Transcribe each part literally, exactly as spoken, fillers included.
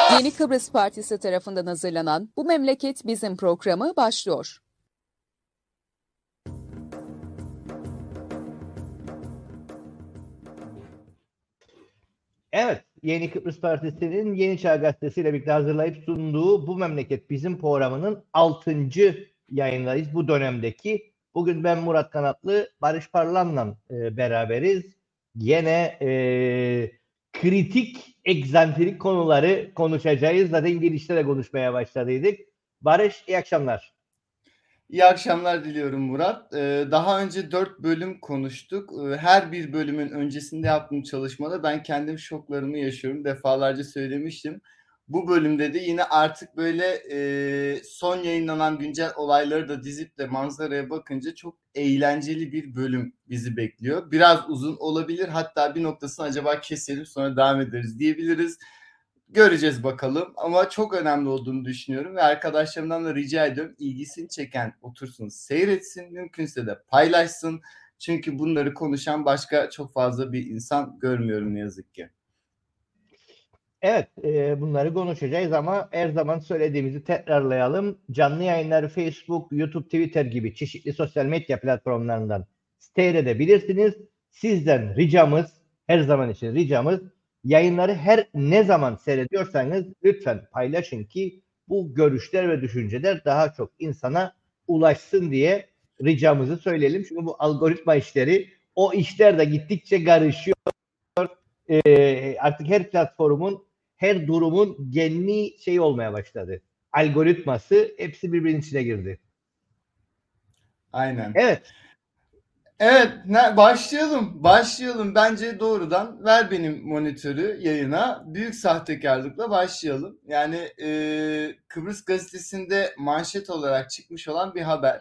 Yeni Kıbrıs Partisi tarafından hazırlanan Bu Memleket Bizim programı başlıyor. Evet, Yeni Kıbrıs Partisi'nin Yeni Çağ Gazetesi ile birlikte hazırlayıp sunduğu Bu Memleket Bizim programının altıncı yayındayız bu dönemdeki. Bugün ben Murat Kanatlı, Barış Parlan'la e, beraberiz. Yine e, kritik, egzantrik konuları konuşacağız. Zaten girişte de konuşmaya başladıydık. Barış, iyi akşamlar. İyi akşamlar diliyorum Murat. Ee, daha önce dört bölüm konuştuk. Ee, her bir bölümün öncesinde yaptığım çalışmada ben kendim şoklarımı yaşıyorum. Defalarca söylemiştim. Bu bölümde de yine artık böyle e, son yayınlanan güncel olayları da dizip de manzaraya bakınca çok eğlenceli bir bölüm bizi bekliyor. Biraz uzun olabilir. Hatta bir noktasını acaba keselim sonra devam ederiz diyebiliriz. Göreceğiz bakalım ama çok önemli olduğunu düşünüyorum ve arkadaşlarımdan da rica ediyorum ilgisini çeken otursun seyretsin, mümkünse de paylaşsın. Çünkü bunları konuşan başka çok fazla bir insan görmüyorum ne yazık ki. Evet, e, bunları konuşacağız ama her zaman söylediğimizi tekrarlayalım. Canlı yayınları Facebook, YouTube, Twitter gibi çeşitli sosyal medya platformlarından seyredebilirsiniz. Sizden ricamız, her zaman için ricamız, yayınları her ne zaman seyrediyorsanız lütfen paylaşın ki bu görüşler ve düşünceler daha çok insana ulaşsın diye ricamızı söyleyelim. Çünkü bu algoritma işleri, o işler de gittikçe karışıyor. E, artık her platformun, her durumun genli şey olmaya başladı. Algoritması hepsi birbirinin içine girdi. Aynen. Evet. Evet, ne, başlayalım. Başlayalım. Bence doğrudan ver benim monitörü yayına. Büyük sahtekarlıkla başlayalım. Yani e, Kıbrıs Gazetesi'nde manşet olarak çıkmış olan bir haber.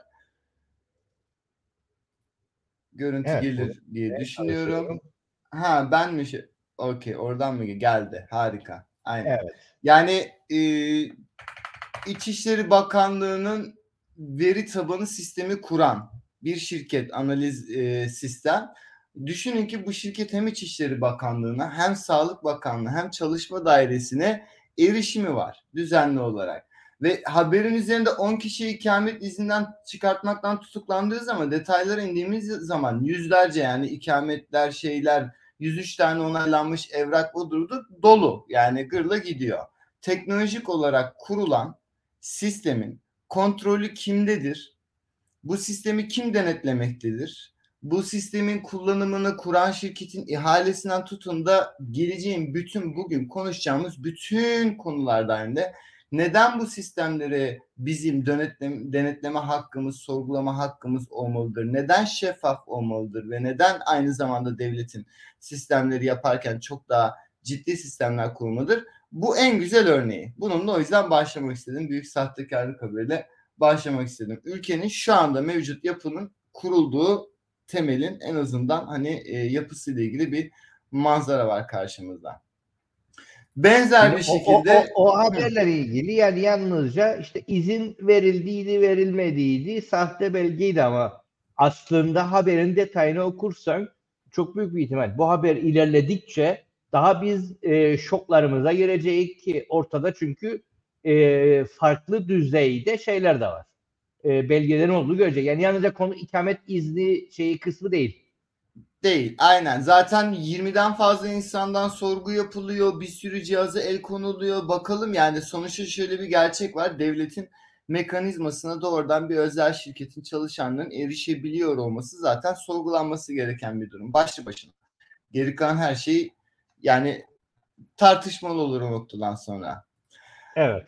Görüntü Evet, gelir diye evet, düşünüyorum. Ha ben mi şey? Okey, oradan mı geldi? Harika. Aynen. Evet. Yani e, İçişleri Bakanlığı'nın veri tabanı sistemi kuran bir şirket, analiz e, sistem. Düşünün ki bu şirket hem İçişleri Bakanlığı'na hem Sağlık Bakanlığı hem Çalışma Dairesi'ne erişimi var düzenli olarak. Ve haberin üzerinde on kişi ikamet izinden çıkartmaktan tutuklandığı zaman detaylara indiğimiz zaman yüzlerce yani ikametler şeyler yüz üç tane onaylanmış evrak o durdu dolu yani gırla gidiyor. Teknolojik olarak kurulan sistemin kontrolü kimdedir? Bu sistemi kim denetlemektedir? Bu sistemin kullanımını kuran şirketin ihalesinden tutun da geleceğin bütün bugün konuşacağımız bütün konulardan da neden bu sistemleri bizim denetleme, denetleme hakkımız, sorgulama hakkımız olmalıdır? Neden şeffaf olmalıdır? Ve neden aynı zamanda devletin sistemleri yaparken çok daha ciddi sistemler kurmalıdır? Bu en güzel örneği. Bununla o yüzden başlamak istedim. Büyük sahtekarlık haberiyle başlamak istedim. Ülkenin şu anda mevcut yapının kurulduğu temelin en azından hani e, yapısıyla ilgili bir manzara var karşımızda. Benzer Şimdi bir o, o, şekilde o, o haberle ilgili yani yalnızca işte izin verildiydi, verilmediydi, sahte belgeydi ama aslında haberin detayını okursan çok büyük bir ihtimal bu haber ilerledikçe daha biz e, şoklarımıza gireceğiz ki ortada çünkü e, farklı düzeyde şeyler de var. E, belgelerin olduğu görecek. Yani yalnızca konu ikamet izni şeyi kısmı değil. Değil. Aynen. Zaten yirmiden fazla insandan sorgu yapılıyor. Bir sürü cihaza el konuluyor. Bakalım yani sonuçta şöyle bir gerçek var. Devletin mekanizmasına doğrudan bir özel şirketin çalışanların erişebiliyor olması zaten sorgulanması gereken bir durum. Başlı başına. Geri kalan her şey yani tartışmalı olur o noktadan sonra. Evet.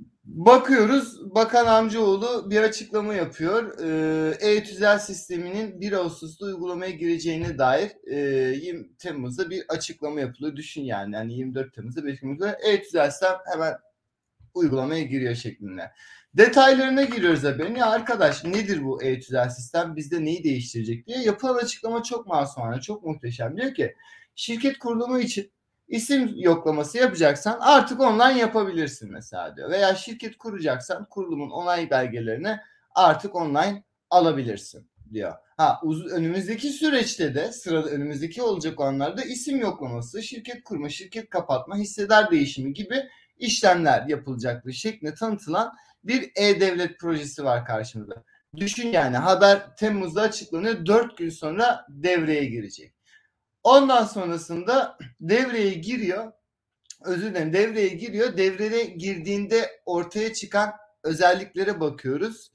Bakıyoruz Bakan Amcaoğlu bir açıklama yapıyor. E-Tüzel sisteminin bir Ağustos'ta uygulamaya gireceğine dair yirmi Temmuz'da bir açıklama yapılıyor. Düşün yani, yani yirmi dört Temmuz'da bir Temmuz'da E-Tüzel sistem hemen uygulamaya giriyor şeklinde. Detaylarına giriyoruz haberin. Ya arkadaş nedir bu E-Tüzel sistem? Bizde neyi değiştirecek diye yapılan açıklama çok masumane, çok muhteşem. Diyor ki şirket kurulumu için İsim yoklaması yapacaksan artık online yapabilirsin mesela diyor. Veya şirket kuracaksan kurulumun onay belgelerini artık online alabilirsin diyor. Ha uz- önümüzdeki süreçte de sırada önümüzdeki olacak olanlarda isim yoklaması, şirket kurma, şirket kapatma, hissedar değişimi gibi işlemler yapılacaklığı şeklinde tanıtılan bir e-devlet projesi var karşımızda. Düşün yani, haber Temmuz'da açıklanıyor, dört gün sonra devreye girecek. Ondan sonrasında devreye giriyor, özür dilerim devreye giriyor, devreye girdiğinde ortaya çıkan özelliklere bakıyoruz.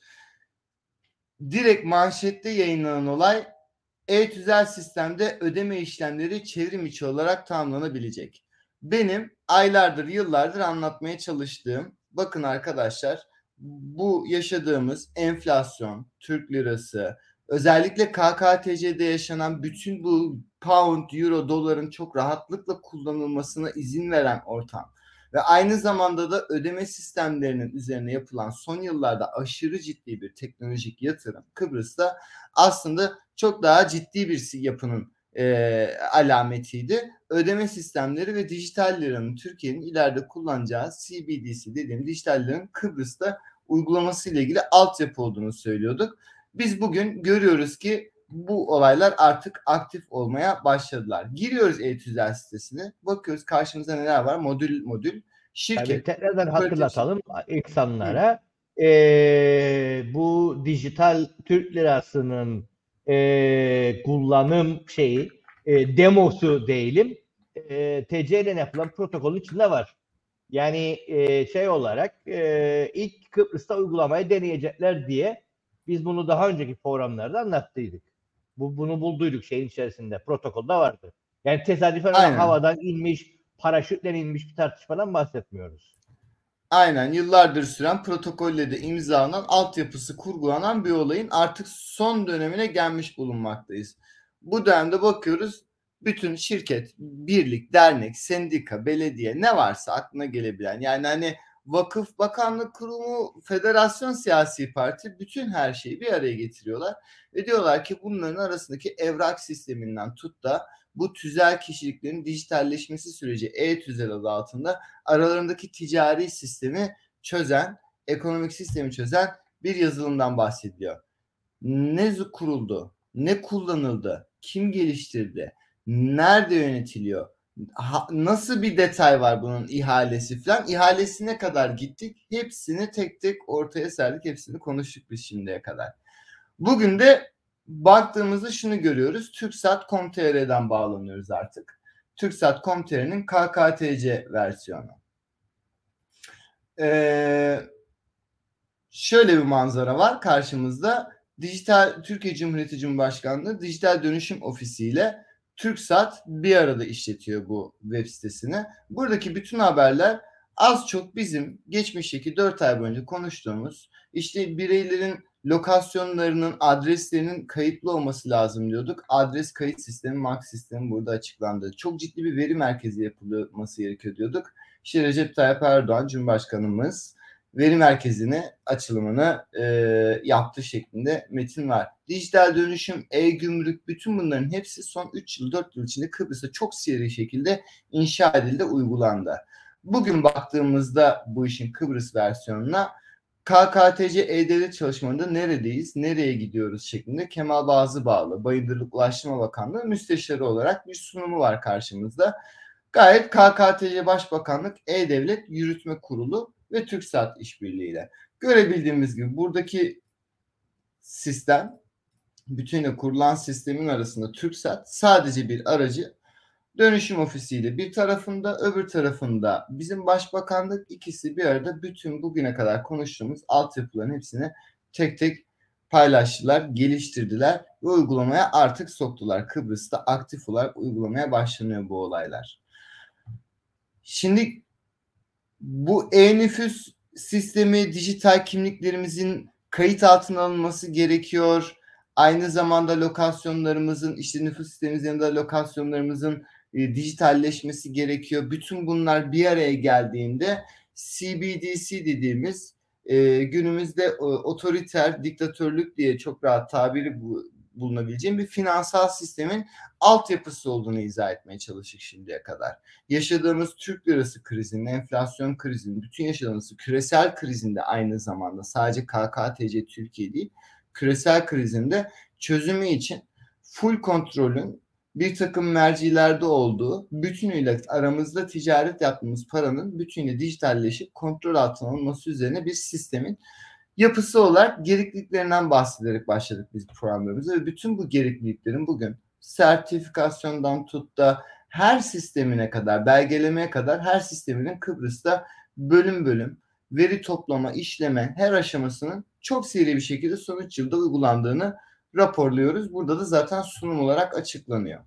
Direkt manşette yayınlanan olay, e-tüzel sistemde ödeme işlemleri çevrim içi olarak tamamlanabilecek. Benim aylardır, yıllardır anlatmaya çalıştığım, bakın arkadaşlar, bu yaşadığımız enflasyon, Türk lirası, özellikle K K T C'de yaşanan bütün bu pound, euro, doların çok rahatlıkla kullanılmasına izin veren ortam ve aynı zamanda da ödeme sistemlerinin üzerine yapılan son yıllarda aşırı ciddi bir teknolojik yatırım Kıbrıs'ta aslında çok daha ciddi bir yapının e, alametiydi. Ödeme sistemleri ve dijital liranın Türkiye'nin ileride kullanacağı C B D C dediğim dijital liranın Kıbrıs'ta uygulaması ile ilgili altyapı olduğunu söylüyorduk. Biz bugün görüyoruz ki bu olaylar artık aktif olmaya başladılar. Giriyoruz e-tüzel sitesine, bakıyoruz karşımıza neler var, modül modül. Şirket. Tabii tekrardan hatırlatalım insanlara. Ee, bu dijital Türk lirasının e, kullanım şeyi, e, demosu diyelim, e, T C ile yapılan protokolün içinde var. Yani e, şey olarak e, ilk Kıbrıs'ta uygulamayı deneyecekler diye biz bunu daha önceki programlarda anlattıydık. Bu, bunu bulduyduk şeyin içerisinde. Protokolde vardı. Yani tesadüfen havadan inmiş, paraşütle inmiş bir tartışmadan bahsetmiyoruz. Aynen, yıllardır süren protokolle de imzalanan, altyapısı kurgulanan bir olayın artık son dönemine gelmiş bulunmaktayız. Bu dönemde bakıyoruz, bütün şirket, birlik, dernek, sendika, belediye, ne varsa aklına gelebilen, yani hani vakıf, bakanlık kurumu, federasyon, siyasi parti, bütün her şeyi bir araya getiriyorlar ve diyorlar ki bunların arasındaki evrak sisteminden tut da bu tüzel kişiliklerin dijitalleşmesi süreci, e-tüzel adı altında aralarındaki ticari sistemi çözen, ekonomik sistemi çözen bir yazılımdan bahsediliyor. Ne kuruldu, ne kullanıldı, kim geliştirdi, nerede yönetiliyor, ha, nasıl bir detay var bunun ihalesi falan, ihalesine kadar gittik, hepsini tek tek ortaya serdik, hepsini konuştuk biz şimdiye kadar. Bugün de baktığımızda şunu görüyoruz, Türksat nokta com nokta t r'den bağlanıyoruz artık. Türksat nokta com nokta t r'nin K K T C versiyonu. Ee, şöyle bir manzara var karşımızda. Dijital Türkiye Cumhuriyeti Cumhurbaşkanlığı Dijital Dönüşüm Ofisi ile Türksat bir arada işletiyor bu web sitesini. Buradaki bütün haberler az çok bizim geçmişteki dört ay boyunca konuştuğumuz, işte bireylerin lokasyonlarının, adreslerinin kayıtlı olması lazım diyorduk. Adres kayıt sistemi, M A K sistemi burada açıklandı. Çok ciddi bir veri merkezi yapılması gerekiyor diyorduk. İşte Recep Tayyip Erdoğan Cumhurbaşkanımız veri merkezini açılımını e, yaptığı şeklinde metin var. Dijital dönüşüm, e-gümrük, bütün bunların hepsi son üç yıl, dört yıl içinde Kıbrıs'ta çok seri şekilde inşa edildi, uygulandı. Bugün baktığımızda bu işin Kıbrıs versiyonuna K K T C E-Devlet çalışmalarında neredeyiz, nereye gidiyoruz şeklinde Kemal Bazıbağlı, Bayındırlık Ulaştırma Bakanlığı müsteşarı olarak bir sunumu var karşımızda. Gayet K K T C Başbakanlık E-Devlet Yürütme Kurulu ve Türksat işbirliğiyle. Görebildiğimiz gibi buradaki sistem, bütünle kurulan sistemin arasında Türksat sadece bir aracı, dönüşüm ofisiyle bir tarafında, öbür tarafında bizim başbakanlık, ikisi bir arada bütün bugüne kadar konuştuğumuz altyapıların hepsini tek tek paylaştılar, geliştirdiler ve uygulamaya artık soktular. Kıbrıs'ta aktif olarak uygulamaya başlanıyor bu olaylar. Şimdi bu e-nüfus sistemi, dijital kimliklerimizin kayıt altına alınması gerekiyor. Aynı zamanda lokasyonlarımızın, işte nüfus sistemimizin yanında lokasyonlarımızın e, dijitalleşmesi gerekiyor. Bütün bunlar bir araya geldiğinde C B D C dediğimiz e, günümüzde e, otoriter, diktatörlük diye çok rahat tabiri bu, bulunabileceğim bir finansal sistemin altyapısı olduğunu izah etmeye çalıştık şimdiye kadar. Yaşadığımız Türk lirası krizinin, enflasyon krizinin, bütün yaşadığımız küresel krizinde aynı zamanda sadece K K T C Türkiye değil, küresel krizinde çözümü için full kontrolün bir takım mercilerde olduğu, bütünüyle aramızda ticaret yaptığımız paranın bütünüyle dijitalleşip kontrol altına alınması üzerine bir sistemin yapısı olarak gerekliliklerinden bahsederek başladık biz programlarımıza ve bütün bu gerekliliklerin bugün sertifikasyondan tut da her sistemine kadar, belgelemeye kadar her sisteminin Kıbrıs'ta bölüm bölüm veri toplama, işleme her aşamasının çok seri bir şekilde son üç yılda uygulandığını raporluyoruz. Burada da zaten sunum olarak açıklanıyor.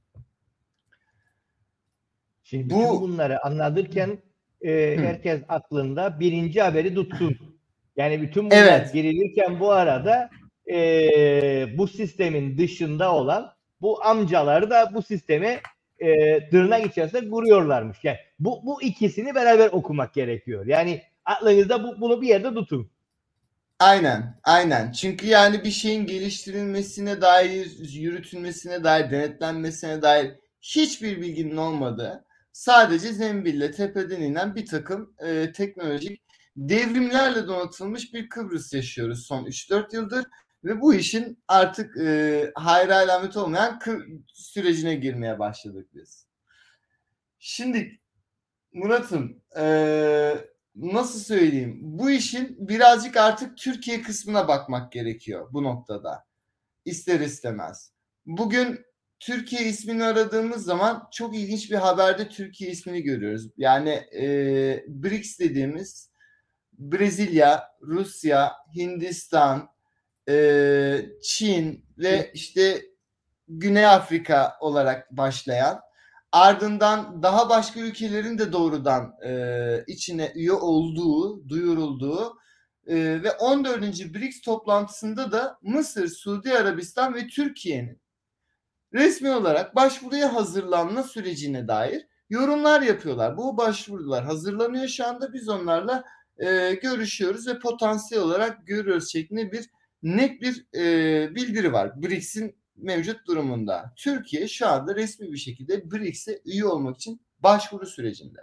Şimdi bütün Bu bunları anlatırken e, herkes aklında birinci haberi tutsun. Yani bütün bunlar Evet. girilirken bu arada e, bu sistemin dışında olan bu amcaları da bu sisteme e, tırnak içerisinde kuruyorlarmış. Yani bu, bu ikisini beraber okumak gerekiyor. Yani aklınızda bu, bunu bir yerde tutun. Aynen, aynen. Çünkü yani bir şeyin geliştirilmesine dair, yürütülmesine dair, denetlenmesine dair hiçbir bilginin olmadığı, sadece zembille tepeden inen bir takım e, teknolojik devrimlerle donatılmış bir Kıbrıs yaşıyoruz son üç dört yıldır ve bu işin artık e, hayra alamet olmayan kı- sürecine girmeye başladık biz. Şimdi Murat'ım, e, nasıl söyleyeyim? Bu işin birazcık artık Türkiye kısmına bakmak gerekiyor bu noktada. İster istemez. Bugün Türkiye ismini aradığımız zaman çok ilginç bir haberde Türkiye ismini görüyoruz. Yani e, B R I C S dediğimiz Brezilya, Rusya, Hindistan, e, Çin ve işte Güney Afrika olarak başlayan, ardından daha başka ülkelerin de doğrudan e, içine üye olduğu, duyurulduğu e, ve on dördüncü B R I C S toplantısında da Mısır, Suudi Arabistan ve Türkiye'nin resmi olarak başvuruya hazırlanma sürecine dair yorumlar yapıyorlar. Bu başvurular hazırlanıyor şu anda, biz onlarla e, görüşüyoruz ve potansiyel olarak görüyoruz şeklinde bir net bir e, bildiri var B R I C S'in mevcut durumunda. Türkiye şu anda resmi bir şekilde B R I C S'e üye olmak için başvuru sürecinde.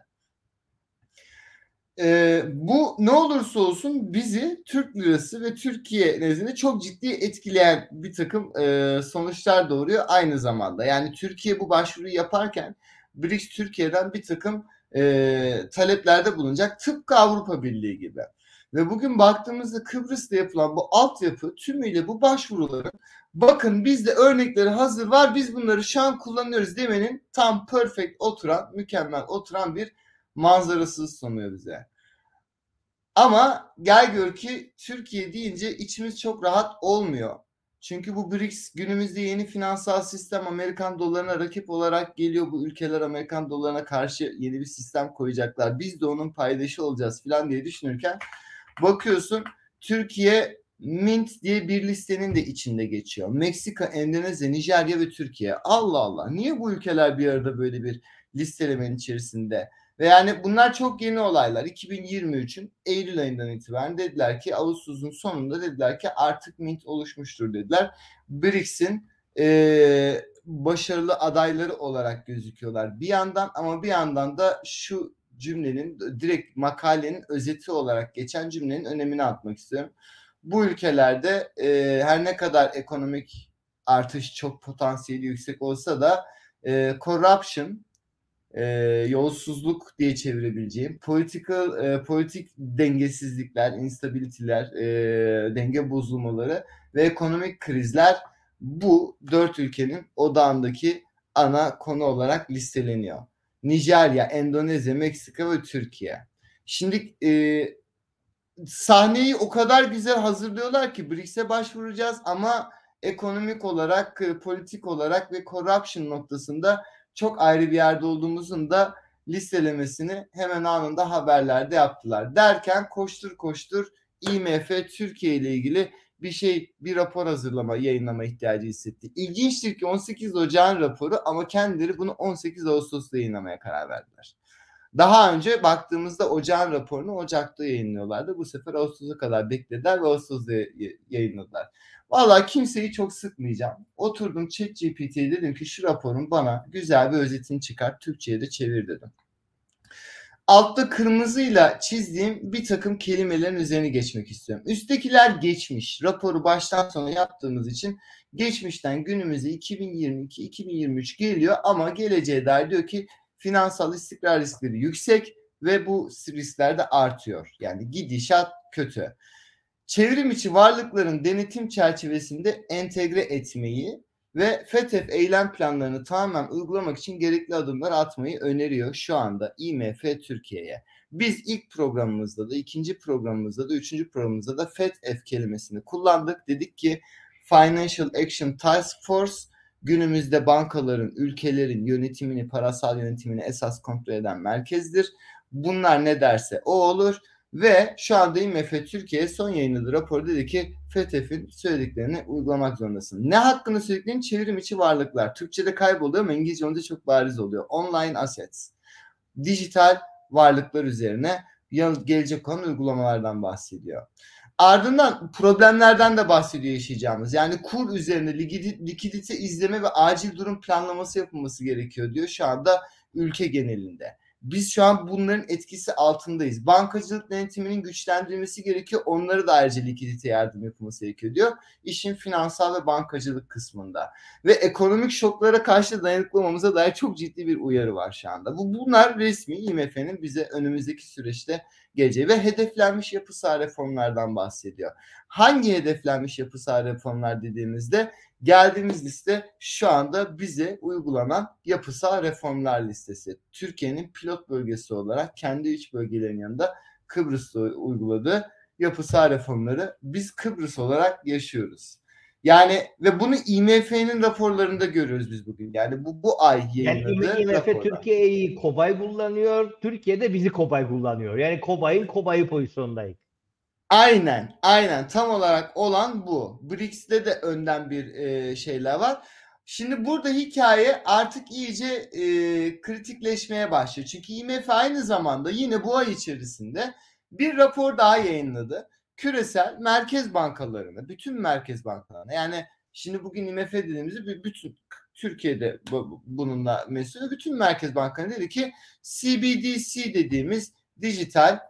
Ee, bu ne olursa olsun bizi Türk lirası ve Türkiye nezdinde çok ciddi etkileyen bir takım e, sonuçlar doğuruyor aynı zamanda. Yani Türkiye bu başvuruyu yaparken B R I C S Türkiye'den bir takım e, taleplerde bulunacak, tıpkı Avrupa Birliği gibi. Ve bugün baktığımızda Kıbrıs'ta yapılan bu altyapı tümüyle bu başvuruların, bakın bizde örnekleri hazır var, biz bunları şu an kullanıyoruz demenin tam perfect oturan, mükemmel oturan bir manzarası sunuyor bize. Ama gel gör ki Türkiye deyince içimiz çok rahat olmuyor. Çünkü bu B R I C S günümüzde yeni finansal sistem Amerikan dolarına rakip olarak geliyor. Bu ülkeler Amerikan dolarına karşı yeni bir sistem koyacaklar. Biz de onun paydaşı olacağız falan diye düşünürken bakıyorsun Türkiye Mint diye bir listenin de içinde geçiyor. Meksika, Endonezya, Nijerya ve Türkiye. Allah Allah, niye bu ülkeler bir arada böyle bir listelemenin içerisinde? Ve yani bunlar çok yeni olaylar. iki bin yirmi üçün Eylül ayından itibaren dediler ki, Ağustos'un sonunda dediler ki artık Mint oluşmuştur dediler. B R I C S'in e, başarılı adayları olarak gözüküyorlar bir yandan, ama bir yandan da şu cümlenin, direkt makalenin özeti olarak geçen cümlenin önemini atmak istiyorum. Bu ülkelerde e, her ne kadar ekonomik artış çok potansiyeli yüksek olsa da e, corruption, e, yolsuzluk diye çevirebileceğim political, e, politik dengesizlikler, instability'ler, e, denge bozulmaları ve ekonomik krizler bu dört ülkenin odağındaki ana konu olarak listeleniyor. Nijerya, Endonezya, Meksika ve Türkiye. Şimdi e, sahneyi o kadar güzel hazırlıyorlar ki B R I C S'e başvuracağız ama ekonomik olarak, politik olarak ve corruption noktasında çok ayrı bir yerde olduğumuzun da listelemesini hemen anında haberlerde yaptılar. Derken koştur koştur I M F Türkiye ile ilgili bir şey, bir rapor hazırlama, yayınlama ihtiyacı hissetti. İlginçtir ki on sekiz Ocağın raporu ama kendileri bunu on sekiz Ağustos'ta yayınlamaya karar verdiler. Daha önce baktığımızda Ocağın raporunu Ocak'ta yayınlıyorlardı. Bu sefer Ağustos'a kadar beklediler ve Ağustos'ta yayınladılar. Vallahi kimseyi çok sıkmayacağım. Oturdum ChatGPT'ye dedim ki şu raporun bana güzel bir özetini çıkart, Türkçe'ye de çevir dedim. altta kırmızıyla çizdiğim bir takım kelimelerin üzerine geçmek istiyorum. Üsttekiler geçmiş. Raporu baştan sona yaptığımız için geçmişten günümüze iki bin yirmi iki iki bin yirmi üç geliyor ama geleceğe dair diyor ki finansal istikrar riskleri yüksek ve bu riskler de artıyor. Yani gidişat kötü. Çevrim içi varlıkların denetim çerçevesinde entegre etmeyi ve FATF eylem planlarını tamamen uygulamak için gerekli adımlar atmayı öneriyor şu anda I M F Türkiye'ye. Biz ilk programımızda da, ikinci programımızda da, üçüncü programımızda da FATF kelimesini kullandık. Dedik ki Financial Action Task Force günümüzde bankaların, ülkelerin yönetimini, parasal yönetimini esas kontrol eden merkezdir. Bunlar ne derse o olur. Ve şu anda I M F Türkiye son yayınladığı raporu dedi ki FATF'in söylediklerini uygulamak zorundasın. Ne hakkında söylediklerini? Çevrim içi varlıklar. Türkçe'de kayboluyor ama İngilizce'de çok bariz oluyor. Online assets. Dijital varlıklar üzerine gelecek olan uygulamalardan bahsediyor. Ardından problemlerden de bahsediyor yaşayacağımız. Yani kur üzerine likidite izleme ve acil durum planlaması yapılması gerekiyor diyor şu anda ülke genelinde. Biz şu an bunların etkisi altındayız. Bankacılık denetiminin güçlendirilmesi gerekiyor. Onlara da ayrıca likidite yardım yapılması gerekiyor diyor. İşin finansal ve bankacılık kısmında. Ve ekonomik şoklara karşı dayanıklı olmamıza dair çok ciddi bir uyarı var şu anda. Bu, bunlar resmi I M F'nin bize önümüzdeki süreçte geleceği ve hedeflenmiş yapısal reformlardan bahsediyor. Hangi hedeflenmiş yapısal reformlar dediğimizde geldiğimiz liste şu anda bize uygulanan yapısal reformlar listesi. Türkiye'nin pilot bölgesi olarak kendi üç bölgelerin yanında Kıbrıs'ta uyguladığı yapısal reformları biz Kıbrıs olarak yaşıyoruz. Yani ve bunu I M F'nin raporlarında görüyoruz biz bugün. Yani bu bu ay yayınladığı yani I M F raporlar. Türkiye'yi kobay kullanıyor, Türkiye de bizi kobay kullanıyor. Yani kobayın kobayı pozisyondayız. Aynen, aynen tam olarak olan bu. B R I C S'de de önden bir e, şeyler var. Şimdi burada hikaye artık iyice e, kritikleşmeye başlıyor. Çünkü I M F aynı zamanda yine bu ay içerisinde bir rapor daha yayınladı. Küresel merkez bankalarına, bütün merkez bankalarına, yani şimdi bugün I M F dediğimizde bütün Türkiye'de bununla mesul, bütün merkez bankalarına dedi ki C B D C dediğimiz dijital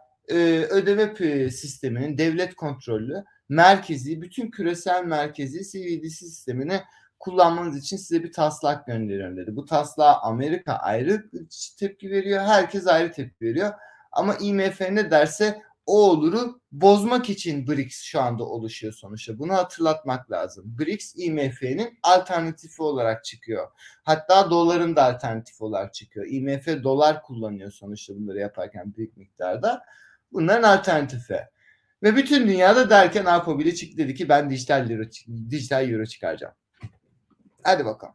ödeme sisteminin devlet kontrollü merkezi, bütün küresel merkezi C B D C sistemini kullanmanız için size bir taslak gönderiyorum dedi. Bu taslağa Amerika ayrı tepki veriyor, herkes ayrı tepki veriyor. Ama I M F ne derse o oluru bozmak için B R I C S şu anda oluşuyor sonuçta. Bunu hatırlatmak lazım. B R I C S I M F'nin alternatifi olarak çıkıyor. Hatta doların da alternatifi olarak çıkıyor. I M F dolar kullanıyor sonuçta bunları yaparken büyük miktarda. Bunların alternatifi. Ve bütün dünyada derken Avrupa bile çıktı, dedi ki ben dijital euro, dijital euro çıkaracağım. Hadi bakalım.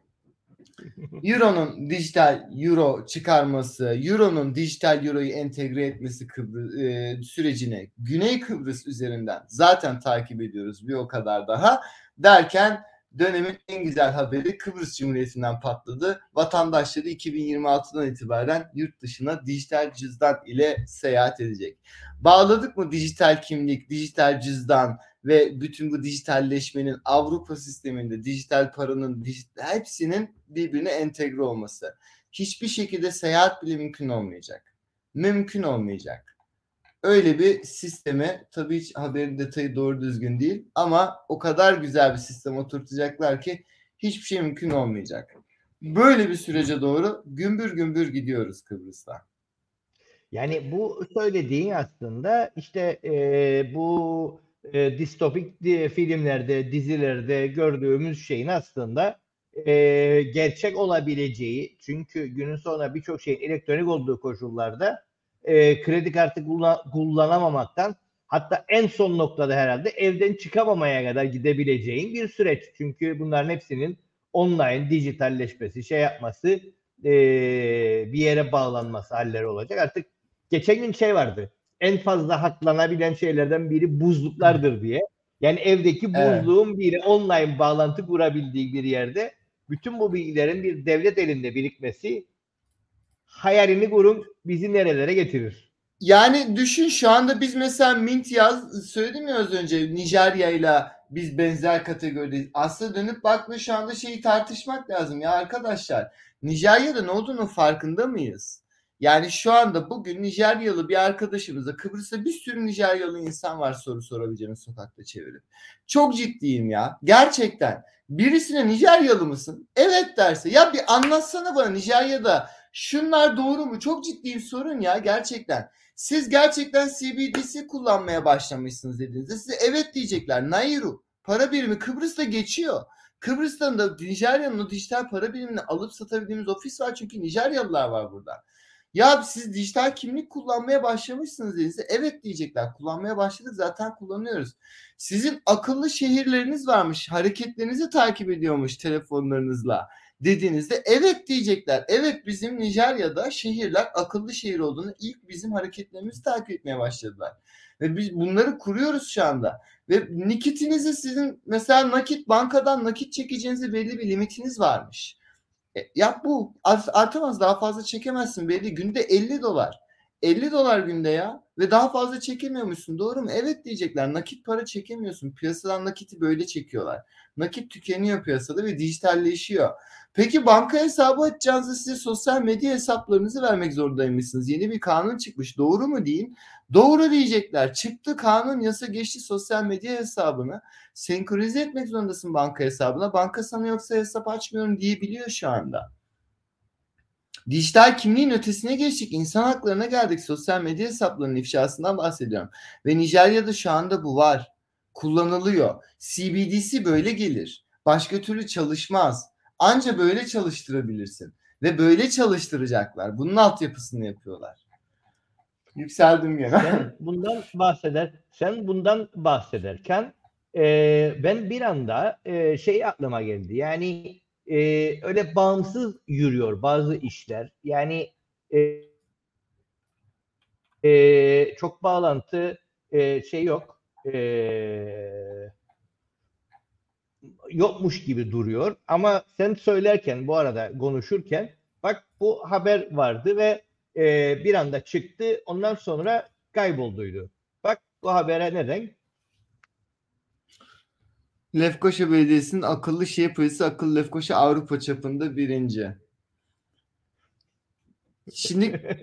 Euro'nun dijital euro çıkarması, Euro'nun dijital euroyu entegre etmesi Kıbrıs, e, sürecini Güney Kıbrıs üzerinden zaten takip ediyoruz bir o kadar daha derken dönemin en güzel haberi Kıbrıs Cumhuriyeti'nden patladı. Vatandaşları iki bin yirmi altıdan itibaren yurt dışına dijital cüzdan ile seyahat edecek. Bağladık mı dijital kimlik, dijital cüzdan ve bütün bu dijitalleşmenin Avrupa sisteminde dijital paranın dijital, hepsinin birbirine entegre olması. Hiçbir şekilde seyahat bile mümkün olmayacak. Mümkün olmayacak. Öyle bir sisteme, tabii hiç haberin detayı doğru düzgün değil ama o kadar güzel bir sistem oturtacaklar ki hiçbir şey mümkün olmayacak. Böyle bir sürece doğru gümbür gümbür gidiyoruz Kıbrıs'ta. Yani bu söylediğin aslında işte e, bu e, distopik filmlerde, dizilerde gördüğümüz şeyin aslında e, gerçek olabileceği, çünkü günün sonunda birçok şeyin elektronik olduğu koşullarda e, kredi kartı kullan- kullanamamaktan, hatta en son noktada herhalde evden çıkamamaya kadar gidebileceğin bir süreç. Çünkü bunların hepsinin online, dijitalleşmesi, şey yapması, e, bir yere bağlanması halleri olacak. Artık geçen gün şey vardı. En fazla haklanabilen şeylerden biri buzluklardır diye. Yani evdeki buzluğun evet. biri online bağlantı kurabildiği bir yerde bütün bu bilgilerin bir devlet elinde birikmesi, hayalini kurun, bizi nerelere getirir? Yani düşün, şu anda biz mesela Mint yaz söyledim ya az önce, Nijerya ile biz benzer kategorideyiz. Aslında dönüp bakma, şu anda şeyi tartışmak lazım ya arkadaşlar. Nijerya'da ne olduğunu farkında mıyız? Yani şu anda bugün Nijeryalı bir arkadaşımıza, Kıbrıs'ta bir sürü Nijeryalı insan var soru sorabileceğiniz sokakta çevirip. Çok ciddiyim ya. Gerçekten. Birisine Nijeryalı mısın? Evet derse. Ya bir anlatsana bana, Nijerya'da şunlar doğru mu? Çok ciddi bir sorun ya gerçekten. Siz gerçekten C B D C kullanmaya başlamışsınız dediğinizde size evet diyecekler. Nairu para birimi Kıbrıs'ta geçiyor. Kıbrıs'tan da Nijerya'nın o dijital para birimini alıp satabildiğimiz ofis var çünkü Nijeryalılar var burada. Ya siz dijital kimlik kullanmaya başlamışsınız dediğinizde evet diyecekler. Kullanmaya başladık, zaten kullanıyoruz. Sizin akıllı şehirleriniz varmış, hareketlerinizi takip ediyormuş telefonlarınızla dediğinizde evet diyecekler. Evet, bizim Nijerya'da şehirler akıllı şehir olduğunu, ilk bizim hareketlerimizi takip etmeye başladılar. Ve biz bunları kuruyoruz şu anda. Ve nakitinizi, sizin mesela nakit, bankadan nakit çekeceğinize belli bir limitiniz varmış. E, yap bu. Artamaz, daha fazla çekemezsin belli. Günde elli dolar. elli dolar günde ya. Ve daha fazla çekemiyormuşsun. Doğru mu? Evet diyecekler. Nakit para çekemiyorsun. Piyasadan nakiti böyle çekiyorlar. Nakit tükeniyor piyasada ve dijitalleşiyor. Peki banka hesabı açacağınızda size sosyal medya hesaplarınızı vermek zorundaymışsınız. Yeni bir kanun çıkmış. Doğru mu deyin? Doğru diyecekler. Çıktı kanun, yasa geçti, sosyal medya hesabını senkronize etmek zorundasın banka hesabına. Banka sana yoksa hesap açmıyorum diyebiliyor şu anda. Dijital kimliğin ötesine geçtik. İnsan haklarına geldik. Sosyal medya hesaplarının ifşasından bahsediyorum. Ve Nijerya'da şu anda bu var. Kullanılıyor. C B D C böyle gelir. Başka türlü çalışmaz. Anca böyle çalıştırabilirsin. Ve böyle çalıştıracaklar. Bunun altyapısını yapıyorlar. Yükseldim gene. Sen bundan bahseder, sen bundan bahsederken e, ben bir anda e, şey aklıma geldi. Yani e, öyle bağımsız yürüyor bazı işler. Yani e, e, çok bağlantı e, şey yok. E, yokmuş gibi duruyor. Ama sen söylerken, bu arada konuşurken, bak bu haber vardı ve e, bir anda çıktı. Ondan sonra kaybolduydu. Bak bu habere neden? Lefkoşa Belediyesi'nin akıllı şehir projesi, akıllı Lefkoşa Avrupa çapında birinci. Şimdi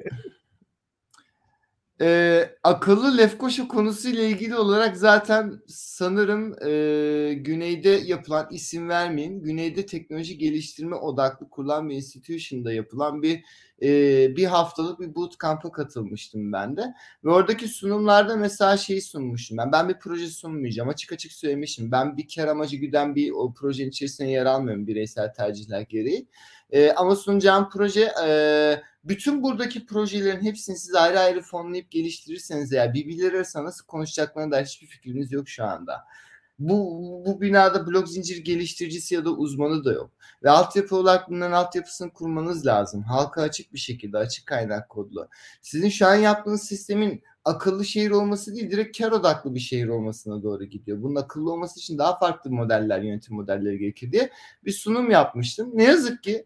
e, akıllı Lefkoşa konusuyla ilgili olarak zaten sanırım e, güneyde yapılan, isim vermeyeyim, güneyde teknoloji geliştirme odaklı kurulan bir institution'da yapılan bir e, bir haftalık bir bootcamp'a katılmıştım ben de. Ve oradaki sunumlarda mesela şeyi sunmuştum ben. Ben bir proje sunmayacağım. Açık açık söylemişim. Ben bir kar amacı güden bir o projenin içerisine yer almıyorum bireysel tercihler gereği. E, ama sunacağım proje e, bütün buradaki projelerin hepsini siz ayrı ayrı fonlayıp geliştirirseniz eğer birbirleri arasında nasıl konuşacaklarına dair hiçbir fikriniz yok şu anda. Bu, bu binada blok zincir geliştiricisi ya da uzmanı da yok. Ve altyapı olarak bunların altyapısını kurmanız lazım. Halka açık bir şekilde, açık kaynak kodlu. Sizin şu an yaptığınız sistemin akıllı şehir olması değil, direkt kar odaklı bir şehir olmasına doğru gidiyor. Bunun akıllı olması için daha farklı modeller, yönetim modelleri gerekir diye bir sunum yapmıştım. Ne yazık ki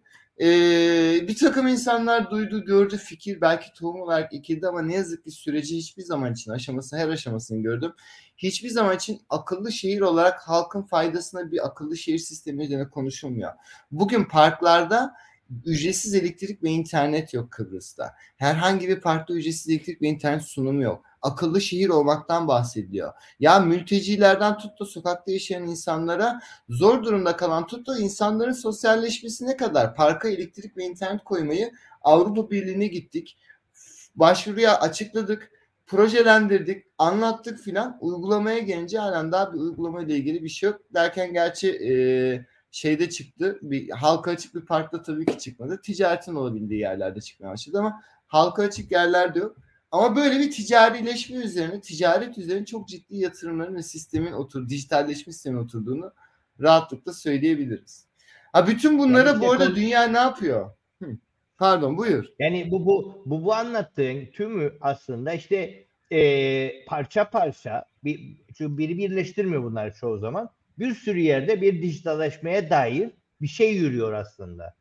Ee, bir takım insanlar duydu, gördü, fikir belki tohumu belki ekildi ama ne yazık ki süreci hiçbir zaman için aşaması, her aşamasını gördüm. Hiçbir zaman için akıllı şehir olarak halkın faydasına bir akıllı şehir sistemi üzerine konuşulmuyor. Bugün parklarda ücretsiz elektrik ve internet yok Kıbrıs'ta. Herhangi bir parkta ücretsiz elektrik ve internet sunumu yok. Akıllı şehir olmaktan bahsediliyor. Ya mültecilerden tut da sokakta yaşayan insanlara, zor durumda kalan tut da insanların sosyalleşmesine kadar parka elektrik ve internet koymayı Avrupa Birliği'ne gittik. Başvuruya açıkladık, projelendirdik, anlattık filan. Uygulamaya gelince halen daha bir uygulama ile ilgili bir şey yok. Derken gerçi eee şeyde çıktı. Bir halka açık bir parkta tabii ki çıkmadı. Ticaretin olabildiği yerlerde çıkmaya başladı ama halka açık yerlerde yok. Ama böyle bir ticarileşme üzerine, ticaret üzerine çok ciddi yatırımların ve sistemin otur, dijitalleşme sistemin oturduğunu rahatlıkla söyleyebiliriz. Ha bütün bunlara Yani işte bu arada konu- dünya ne yapıyor? Hı. Pardon, buyur. Yani bu bu bu bu anlattığın tümü aslında işte e, parça parça bir, çünkü biri birleştirmiyor bunlar çoğu zaman. Bir sürü yerde bir dijitalleşmeye dair bir şey yürüyor aslında.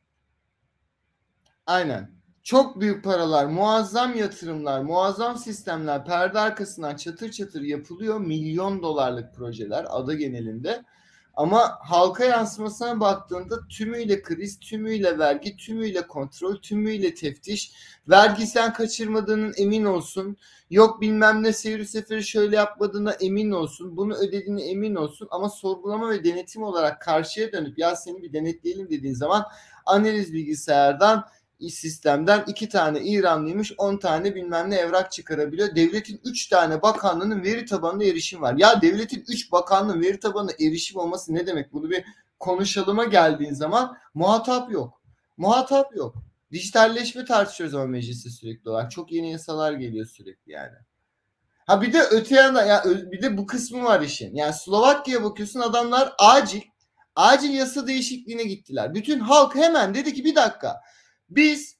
Aynen. Çok büyük paralar, muazzam yatırımlar, muazzam sistemler perde arkasından çatır çatır yapılıyor. Milyon dolarlık projeler ada genelinde. Ama halka yansımasına baktığında tümüyle kriz, tümüyle vergi, tümüyle kontrol, tümüyle teftiş. Vergi sen kaçırmadığının emin olsun. Yok bilmem ne seyir seferi şöyle yapmadığına emin olsun. Bunu ödediğine emin olsun. Ama sorgulama ve denetim olarak karşıya dönüp ya seni bir denetleyelim dediğin zaman analiz bilgisayardan, sistemden iki tane İranlıymış, on tane bilmem ne evrak çıkarabiliyor. Devletin üç tane bakanlığının veri tabanına erişim var. Ya devletin üç bakanlığın veri tabanına erişim olması ne demek? Bunu bir konuşalıma geldiğin zaman muhatap yok. Muhatap yok. Dijitalleşme tartışıyoruz ama mecliste sürekli olarak. Çok yeni yasalar geliyor sürekli yani. Ha bir de öte yandan ya bir de bu kısmı var işin. Yani Slovakya'ya bakıyorsun, adamlar acil acil yasa değişikliğine gittiler. Bütün halk hemen dedi ki bir dakika. Biz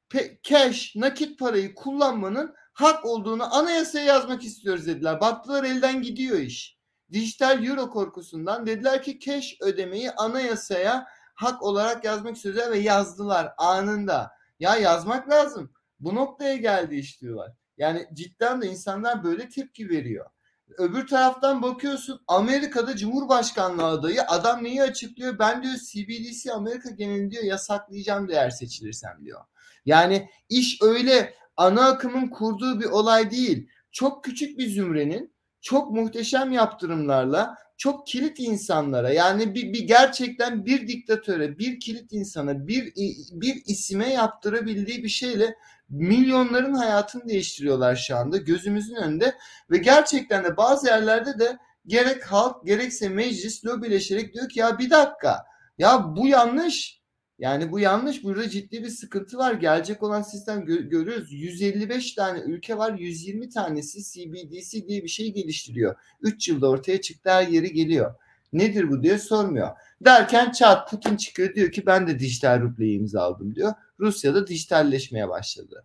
cash, nakit parayı kullanmanın hak olduğunu anayasaya yazmak istiyoruz dediler. Baktılar elden gidiyor iş. Dijital euro korkusundan dediler ki cash ödemeyi anayasaya hak olarak yazmak istiyoruz ve yazdılar anında. Ya yazmak lazım. Bu noktaya geldi iş diyorlar. Yani cidden de insanlar böyle tepki veriyor. Öbür taraftan bakıyorsun Amerika'da Cumhurbaşkanlığı adayı adam neyi açıklıyor? Ben diyor C B D C Amerika genelini diyor yasaklayacağım diyor eğer seçilirsem diyor. Yani iş öyle ana akımın kurduğu bir olay değil. Çok küçük bir zümrenin çok muhteşem yaptırımlarla çok kilit insanlara yani bir, bir gerçekten bir diktatöre, bir kilit insana, bir bir isime yaptırabildiği bir şeyle milyonların hayatını değiştiriyorlar şu anda gözümüzün önünde ve gerçekten de bazı yerlerde de gerek halk gerekse meclis lobileşerek diyor ki ya bir dakika ya bu yanlış. Yani bu yanlış. Burada ciddi bir sıkıntı var. Gelecek olan sistem gö- görüyoruz. yüz elli beş tane ülke var. yüz yirmi tanesi C B D C diye bir şey geliştiriyor. üç yılda ortaya çıktı, her yeri geliyor. Nedir bu diye sormuyor. Derken çat Putin çıkıyor diyor ki ben de dijital rubleyi imzaladım diyor. Rusya'da dijitalleşmeye başladı.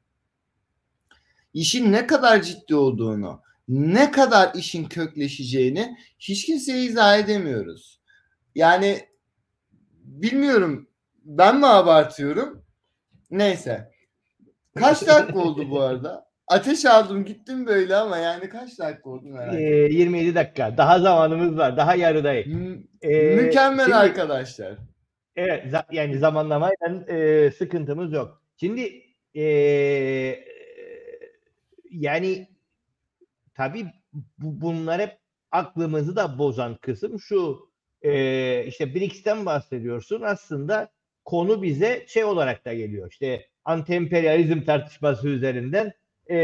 İşin ne kadar ciddi olduğunu, ne kadar işin kökleşeceğini hiç kimseye izah edemiyoruz. Yani bilmiyorum, ben mi abartıyorum? Neyse. Kaç dakika oldu bu arada? Ateş aldım gittim böyle ama yani kaç dakika oldu merak Ee, ettim. yirmi yedi dakika. Daha zamanımız var. Daha yarıdayız. Mü- Ee, Mükemmel şimdi arkadaşlar. evet za- yani zamanlamayla e, sıkıntımız yok. Şimdi e, yani tabii bu, bunlar hep aklımızı da bozan kısım şu e, işte B R I C S'ten bahsediyorsun aslında konu bize şey olarak da geliyor işte anti-emperyalizm tartışması üzerinden e,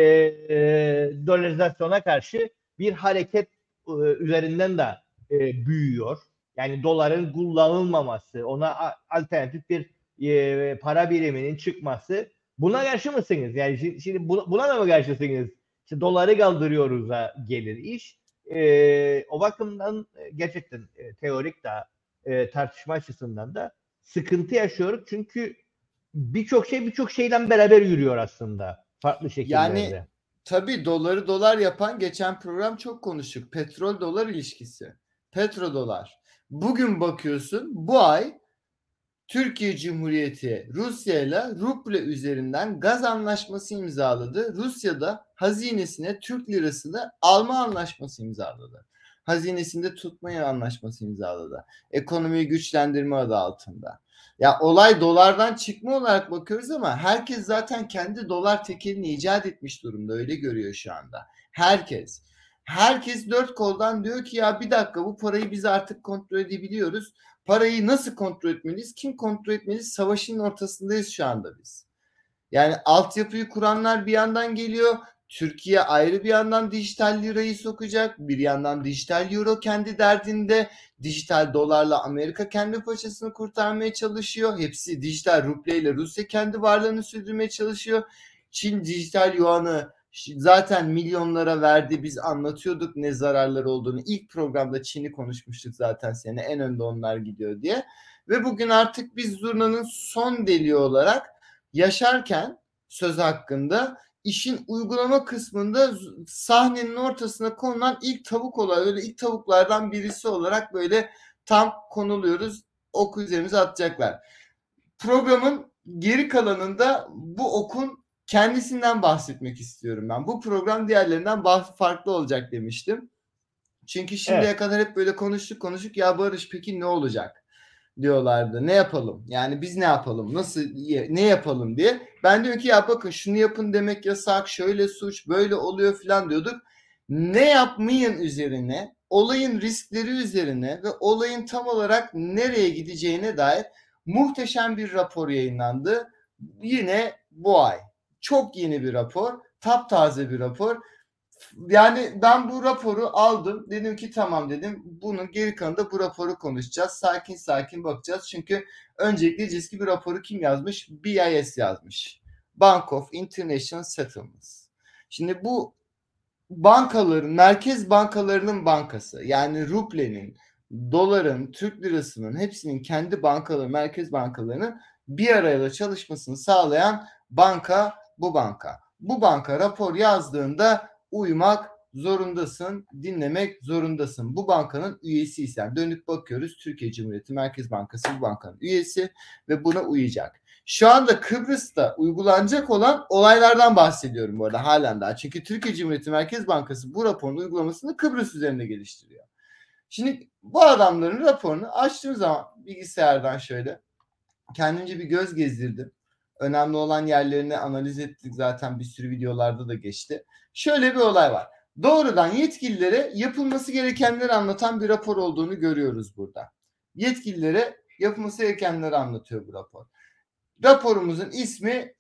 e, dolarizasyona karşı bir hareket e, üzerinden de e, büyüyor. Yani doların kullanılmaması, ona alternatif bir e, para biriminin çıkması. Buna karşı mısınız? Yani şimdi, şimdi buna da mı karşısınız? İşte doları kaldırıyoruz'a gelir iş. E, o bakımdan gerçekten e, teorik da e, tartışma açısından da sıkıntı yaşıyoruz. Çünkü birçok şey birçok şeyden beraber yürüyor aslında farklı şekillerde. Yani tabii doları dolar yapan geçen program çok konuştuk. Petrol dolar ilişkisi. Petrodolar. Bugün bakıyorsun bu ay Türkiye Cumhuriyeti Rusya ile ruble üzerinden gaz anlaşması imzaladı. Rusya da hazinesine Türk lirasını alma anlaşması imzaladı. Hazinesinde tutmaya anlaşması imzaladı. Ekonomiyi güçlendirme adı altında. Ya olay dolardan çıkma olarak bakıyoruz ama herkes zaten kendi dolar tekelini icat etmiş durumda. Öyle görüyor şu anda. Herkes. Herkes dört koldan diyor ki ya bir dakika bu parayı biz artık kontrol edebiliyoruz. Parayı nasıl kontrol etmeliyiz? Kim kontrol etmeliyiz? Savaşın ortasındayız şu anda biz. Yani altyapıyı kuranlar bir yandan geliyor. Türkiye ayrı bir yandan dijital lirayı sokacak. Bir yandan dijital euro kendi derdinde. Dijital dolarla Amerika kendi paçasını kurtarmaya çalışıyor. Hepsi dijital rubleyle Rusya kendi varlığını sürdürmeye çalışıyor. Çin dijital yuanı zaten milyonlara verdi. Biz anlatıyorduk ne zararları olduğunu. İlk programda Çin'i konuşmuştuk zaten sene. En önde onlar gidiyor diye. Ve bugün artık biz zurnanın son deliği olarak yaşarken söz hakkında işin uygulama kısmında sahnenin ortasına konulan ilk tavuk olarak öyle ilk tavuklardan birisi olarak böyle tam konuluyoruz. Ok üzerimize atacaklar. Programın geri kalanında bu okun kendisinden bahsetmek istiyorum ben. Bu program diğerlerinden farklı olacak demiştim. Çünkü şimdiye Evet. kadar hep böyle konuştuk konuştuk ya Barış peki ne olacak diyorlardı. Ne yapalım? Yani biz ne yapalım? Nasıl ne yapalım diye. Ben diyorum ki ya bakın şunu yapın demek yasak, şöyle suç, böyle oluyor falan diyorduk. Ne yapmayın üzerine, olayın riskleri üzerine ve olayın tam olarak nereye gideceğine dair muhteşem bir rapor yayınlandı. Yine bu ay. Çok yeni bir rapor, taptaze bir rapor. Yani ben bu raporu aldım. Dedim ki tamam dedim. Bunun geri kalanında bu raporu konuşacağız. Sakin sakin bakacağız. Çünkü öncelikle diyeceğiz ki bir raporu kim yazmış? B I S yazmış. Bank of International Settlements. Şimdi bu bankaların, merkez bankalarının bankası. Yani rublenin, doların, Türk lirasının hepsinin kendi bankaları, merkez bankalarının bir arayla çalışmasını sağlayan banka bu banka. Bu banka rapor yazdığında uymak zorundasın, dinlemek zorundasın. Bu bankanın üyesiysen dönüp bakıyoruz. Türkiye Cumhuriyeti Merkez Bankası bu bankanın üyesi ve buna uyacak. Şu anda Kıbrıs'ta uygulanacak olan olaylardan bahsediyorum bu arada halen daha. Çünkü Türkiye Cumhuriyeti Merkez Bankası bu raporun uygulamasını Kıbrıs üzerinde geliştiriyor. Şimdi bu adamların raporunu açtığım zaman bilgisayardan şöyle kendimce bir göz gezdirdim. Önemli olan yerlerini analiz ettik, zaten bir sürü videolarda da geçti. Şöyle bir olay var. Doğrudan yetkililere yapılması gerekenleri anlatan bir rapor olduğunu görüyoruz burada. Yetkililere yapılması gerekenleri anlatıyor bu rapor. Raporumuzun ismi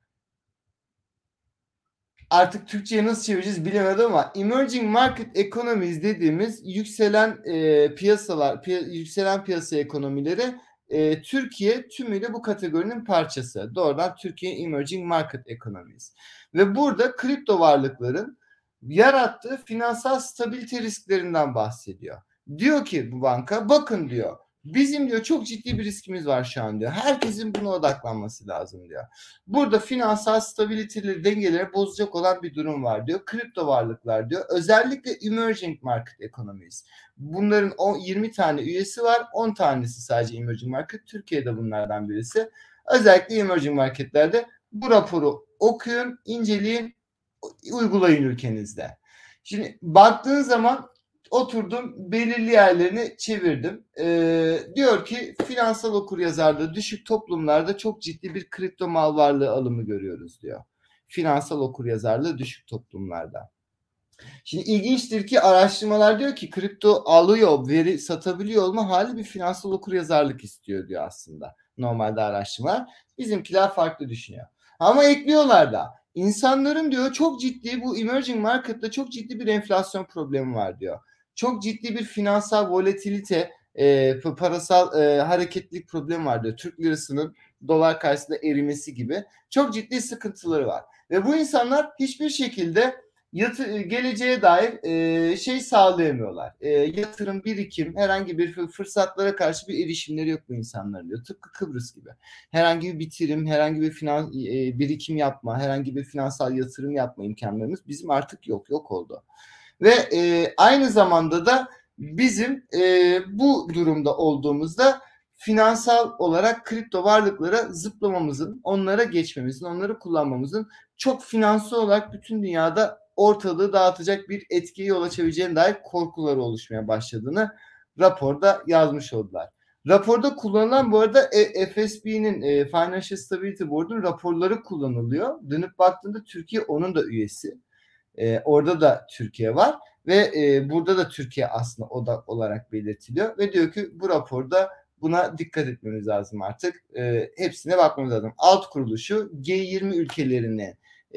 artık Türkçe'ye nasıl çevireceğiz bilemedim ama Emerging Market Economies dediğimiz yükselen e, piyasalar, piy- yükselen piyasa ekonomileri e, Türkiye tümüyle bu kategorinin parçası. Doğrudan Türkiye Emerging Market Economies. Ve burada kripto varlıkların yarattığı finansal stabilite risklerinden bahsediyor. Diyor ki bu banka bakın diyor. Bizim diyor çok ciddi bir riskimiz var şu an diyor. Herkesin buna odaklanması lazım diyor. Burada finansal stabiliteleri, dengeleri bozacak olan bir durum var diyor. Kripto varlıklar diyor. Özellikle emerging market economies. Bunların yirmi tane üyesi var. on tanesi sadece emerging market. Türkiye'de bunlardan birisi. Özellikle emerging marketlerde bu raporu okuyun, inceleyin, uygulayın ülkenizde. Şimdi baktığın zaman oturdum belirli yerlerini çevirdim. Ee, diyor ki finansal okuryazarlığı düşük toplumlarda çok ciddi bir kripto mal varlığı alımı görüyoruz diyor. Finansal okuryazarlığı düşük toplumlarda. Şimdi ilginçtir ki araştırmalar diyor ki kripto alıyor, veri satabiliyor olma hali bir finansal okuryazarlık istiyor diyor aslında. Normalde araştırmalar. Bizimkiler farklı düşünüyor. Ama ekliyorlar da insanların diyor çok ciddi bu emerging market'ta çok ciddi bir enflasyon problemi var diyor. Çok ciddi bir finansal volatilite, e, parasal e, hareketlilik problemi var diyor. Türk lirasının dolar karşısında erimesi gibi çok ciddi sıkıntıları var. Ve bu insanlar hiçbir şekilde yatı, geleceğe dair e, şey sağlayamıyorlar. E, yatırım, birikim, herhangi bir fırsatlara karşı bir erişimleri yok bu insanların diyor. Tıpkı Kıbrıs gibi. Herhangi bir bitirim, herhangi bir finans, e, birikim yapma, herhangi bir finansal yatırım yapma imkanlarımız bizim artık yok, yok oldu. Ve e, aynı zamanda da bizim e, bu durumda olduğumuzda finansal olarak kripto varlıklara zıplamamızın, onlara geçmemizin, onları kullanmamızın çok finansal olarak bütün dünyada ortalığı dağıtacak bir etkiye yol açabileceğine dair korkuları oluşmaya başladığını raporda yazmış oldular. Raporda kullanılan bu arada F S B'nin e, Financial Stability Board'un raporları kullanılıyor. Dönüp baktığında Türkiye onun da üyesi. E, orada da Türkiye var ve e, burada da Türkiye aslında odak olarak belirtiliyor ve diyor ki bu raporda buna dikkat etmemiz lazım artık. E, hepsine bakmamız lazım. Alt kuruluşu G yirmi ülkelerine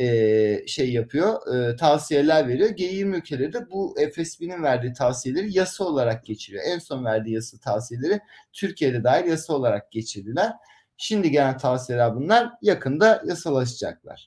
e, şey yapıyor, e, tavsiyeler veriyor. G yirmi ülkeleri de bu F S B'nin verdiği tavsiyeleri yasa olarak geçiriyor. En son verdiği yasa tavsiyeleri Türkiye'de dair yasa olarak geçirdiler. Şimdi gelen tavsiyeler bunlar. Yakında yasalaşacaklar.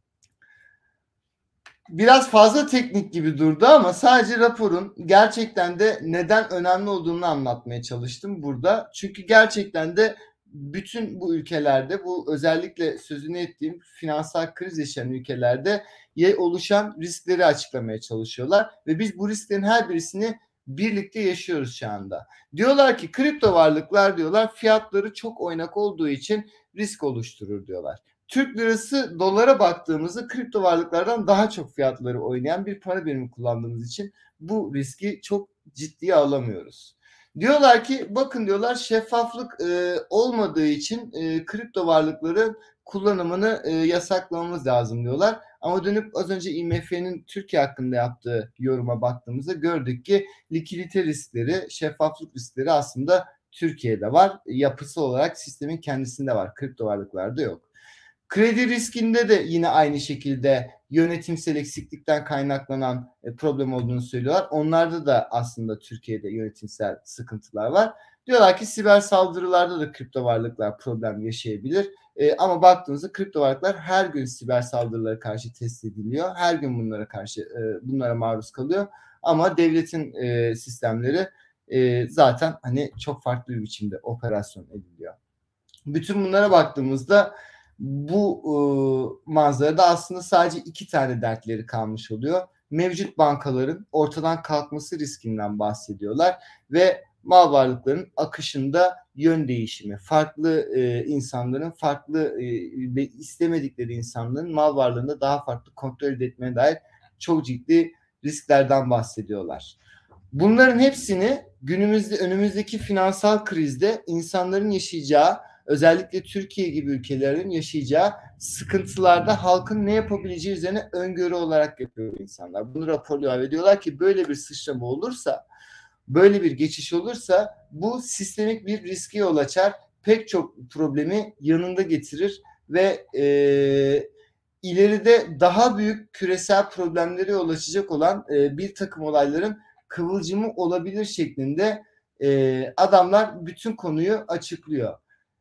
Biraz fazla teknik gibi durdu ama sadece raporun gerçekten de neden önemli olduğunu anlatmaya çalıştım burada. Çünkü gerçekten de bütün bu ülkelerde, bu özellikle sözünü ettiğim finansal kriz yaşayan ülkelerde oluşan riskleri açıklamaya çalışıyorlar ve biz bu risklerin her birisini birlikte yaşıyoruz şu anda. Diyorlar ki kripto varlıklar diyorlar fiyatları çok oynak olduğu için risk oluşturur diyorlar. Türk lirası dolara baktığımızda kripto varlıklardan daha çok fiyatları oynayan bir para birimi kullandığımız için bu riski çok ciddiye alamıyoruz. Diyorlar ki bakın diyorlar şeffaflık e, olmadığı için e, kripto varlıkları kullanımını e, yasaklamamız lazım diyorlar. Ama dönüp az önce I M F'nin Türkiye hakkında yaptığı yoruma baktığımızda gördük ki likidite riskleri, şeffaflık riskleri aslında Türkiye'de var. Yapısı olarak sistemin kendisinde var. Kripto varlıklarda yok. Kredi riskinde de yine aynı şekilde yönetimsel eksiklikten kaynaklanan problem olduğunu söylüyorlar. Onlarda da aslında Türkiye'de yönetimsel sıkıntılar var. Diyorlar ki siber saldırılarda da kripto varlıklar problem yaşayabilir. E, ama baktığınızda kripto varlıklar her gün siber saldırılara karşı test ediliyor. Her gün bunlara karşı e, bunlara maruz kalıyor. Ama devletin e, sistemleri e, zaten hani çok farklı bir biçimde operasyon ediliyor. Bütün bunlara baktığımızda bu e, manzarada aslında sadece iki tane dertleri kalmış oluyor. Mevcut bankaların ortadan kalkması riskinden bahsediyorlar ve mal varlıklarının akışında yön değişimi, farklı e, insanların, farklı e, istemedikleri insanların mal varlığında daha farklı kontrol etmeye dair çok ciddi risklerden bahsediyorlar. Bunların hepsini günümüzde önümüzdeki finansal krizde insanların yaşayacağı, özellikle Türkiye gibi ülkelerin yaşayacağı sıkıntılarda halkın ne yapabileceği üzerine öngörü olarak yapıyor insanlar. Bunu raporluyor ve diyorlar ki böyle bir sıçrama olursa, böyle bir geçiş olursa bu sistemik bir riske yol açar. Pek çok problemi yanında getirir ve e, ileride daha büyük küresel problemlere yol açacak olan e, bir takım olayların kıvılcımı olabilir şeklinde e, adamlar bütün konuyu açıklıyor.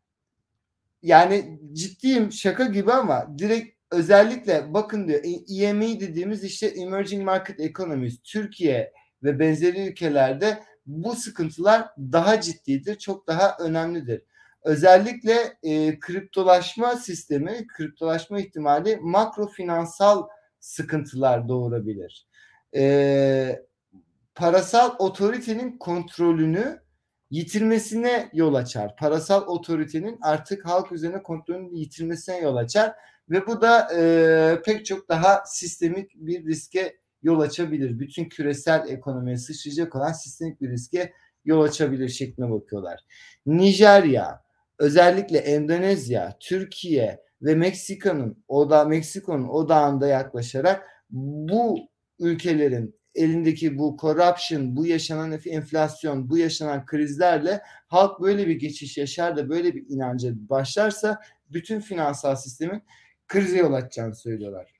Yani ciddiyim, şaka gibi ama direkt özellikle bakın diyor E M E dediğimiz işte Emerging Market Economies, Türkiye ve benzeri ülkelerde bu sıkıntılar daha ciddidir, çok daha önemlidir. Özellikle e, kriptolaşma sistemi, kriptolaşma ihtimali makro finansal sıkıntılar doğurabilir. E, parasal otoritenin kontrolünü yitirmesine yol açar. Parasal otoritenin artık halk üzerine kontrolünü yitirmesine yol açar ve bu da e, pek çok daha sistemik bir riske yol açabilir. Bütün küresel ekonomiye sıçrayacak olan sistemik bir riske yol açabilir şeklinde bakıyorlar. Nijerya, özellikle Endonezya, Türkiye ve Meksika'nın oda Meksiko'nun odağında yaklaşarak bu ülkelerin elindeki bu corruption, bu yaşanan enflasyon, bu yaşanan krizlerle halk böyle bir geçiş yaşar da böyle bir inanca başlarsa bütün finansal sistemin krize yol açacağını söylüyorlar.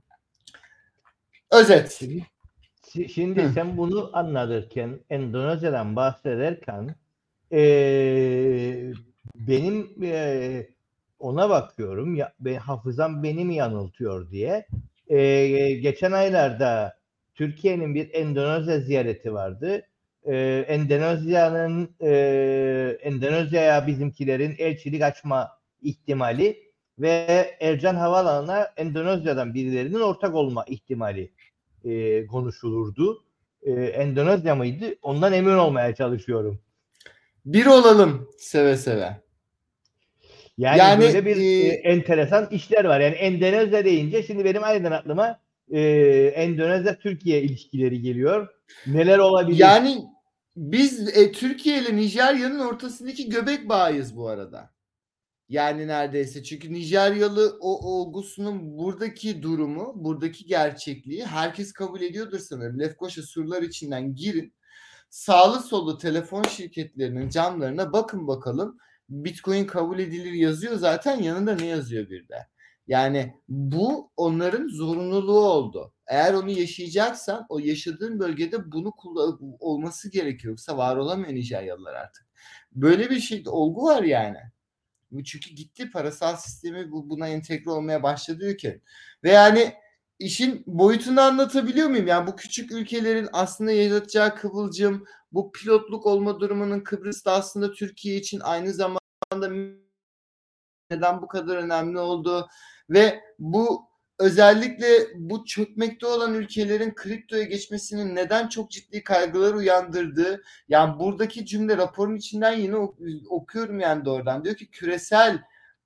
Özet. Şimdi Hı. sen bunu anlatırken, Endonezya'dan bahsederken ee, benim ee, ona bakıyorum, ya, be, hafızam beni mi yanıltıyor diye. Ee, geçen aylarda Türkiye'nin bir Endonezya ziyareti vardı. Ee, Endonezya'nın ee, Endonezya'ya bizimkilerin elçilik açma ihtimali ve Ercan Havaalanı'na Endonezya'dan birilerinin ortak olma ihtimali e, konuşulurdu. E, Endonezya mıydı? Ondan emin olmaya çalışıyorum. Bir olalım seve seve. Yani, Yani böyle bir e, e, enteresan işler var. Yani Endonezya deyince şimdi benim aynen aklıma e, Endonezya-Türkiye ilişkileri geliyor. Neler olabilir? yani biz e, Türkiye ile Nijerya'nın ortasındaki göbek bağıyız bu arada. Yani neredeyse çünkü Nijeryalı o olgusunun buradaki durumu, buradaki gerçekliği herkes kabul ediyordur sanırım. Lefkoşa surlar içinden girin. Sağlı sollu telefon şirketlerinin camlarına bakın bakalım. Bitcoin kabul edilir yazıyor zaten, yanında ne yazıyor bir de. Yani bu onların zorunluluğu oldu. Eğer onu yaşayacaksan o yaşadığın bölgede bunu kullan- olması gerekiyor. Yoksa var olamıyor Nijeryalılar artık. Böyle bir şey olgu var yani. Çünkü gitti parasal sistemi bu, buna entegre olmaya başladı ülke. Ve yani işin boyutunu anlatabiliyor muyum? Yani bu küçük ülkelerin aslında yaratacağı kıvılcım, bu pilotluk olma durumunun Kıbrıs'ta aslında Türkiye için aynı zamanda neden bu kadar önemli oldu ve bu özellikle bu çökmekte olan ülkelerin kriptoya geçmesinin neden çok ciddi kaygılar uyandırdığı, yani buradaki cümle raporun içinden yine okuyorum yani doğrudan. Diyor ki küresel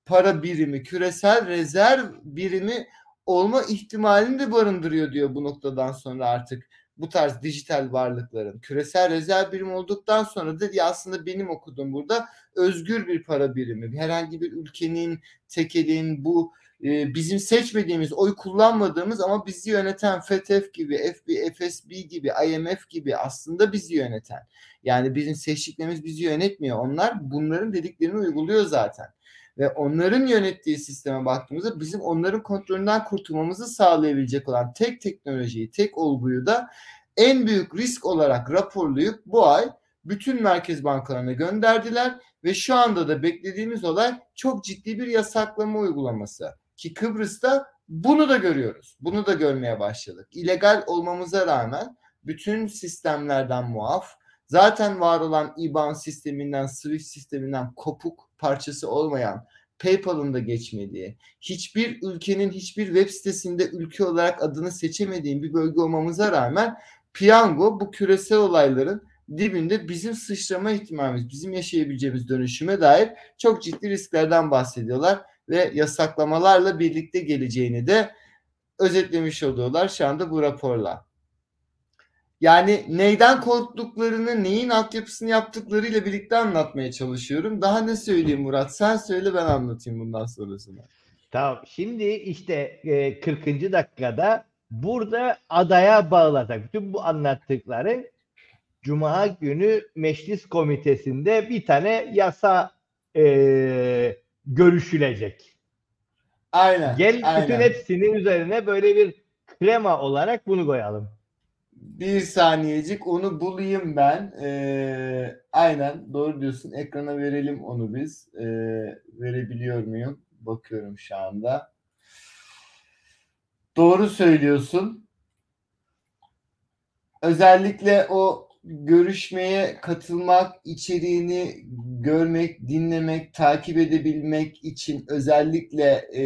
para birimi, küresel rezerv birimi olma ihtimalini de barındırıyor diyor bu noktadan sonra artık bu tarz dijital varlıkların. Küresel rezerv birimi olduktan sonra da aslında benim okuduğum burada özgür bir para birimi. Herhangi bir ülkenin, tekelin, bu e, bizim seçmediğimiz, oy kullanmadığımız ama bizi yöneten F A T F gibi, F B, F S B gibi, I M F gibi aslında bizi yöneten. Yani bizim seçtiklerimiz bizi yönetmiyor. Onlar bunların dediklerini uyguluyor zaten. Ve onların yönettiği sisteme baktığımızda bizim onların kontrolünden kurtulmamızı sağlayabilecek olan tek teknolojiyi, tek olguyu da en büyük risk olarak raporlayıp bu ay bütün merkez bankalarına gönderdiler ve şu anda da beklediğimiz olay çok ciddi bir yasaklama uygulaması. Ki Kıbrıs'ta bunu da görüyoruz. Bunu da görmeye başladık. İlegal olmamıza rağmen bütün sistemlerden muaf, zaten var olan I B A N sisteminden, Swift sisteminden kopuk parçası olmayan, PayPal'ın da geçmediği, hiçbir ülkenin hiçbir web sitesinde ülke olarak adını seçemediğim bir bölge olmamıza rağmen piyango bu küresel olayların dibinde bizim sıçrama ihtimalimiz, bizim yaşayabileceğimiz dönüşüme dair çok ciddi risklerden bahsediyorlar ve yasaklamalarla birlikte geleceğini de özetlemiş oluyorlar şu anda bu raporla. Yani neyden korktuklarını, neyin altyapısını yaptıklarıyla birlikte anlatmaya çalışıyorum. Daha ne söyleyeyim Murat? Sen söyle, ben anlatayım bundan sonrasını. Tamam. Şimdi işte e, kırkıncı dakikada burada adaya bağlasak bütün bu anlattıkları Cuma günü meclis komitesinde bir tane yasa e, görüşülecek. Aynen. Gel aynen. bütün hepsinin üzerine böyle bir krema olarak bunu koyalım. Bir saniyecik onu bulayım ben. Ee, aynen doğru diyorsun. Ekrana verelim onu biz. Ee, verebiliyor muyum? Bakıyorum şu anda. Doğru söylüyorsun. Özellikle o görüşmeye katılmak, içeriğini görmek, dinlemek, takip edebilmek için özellikle e,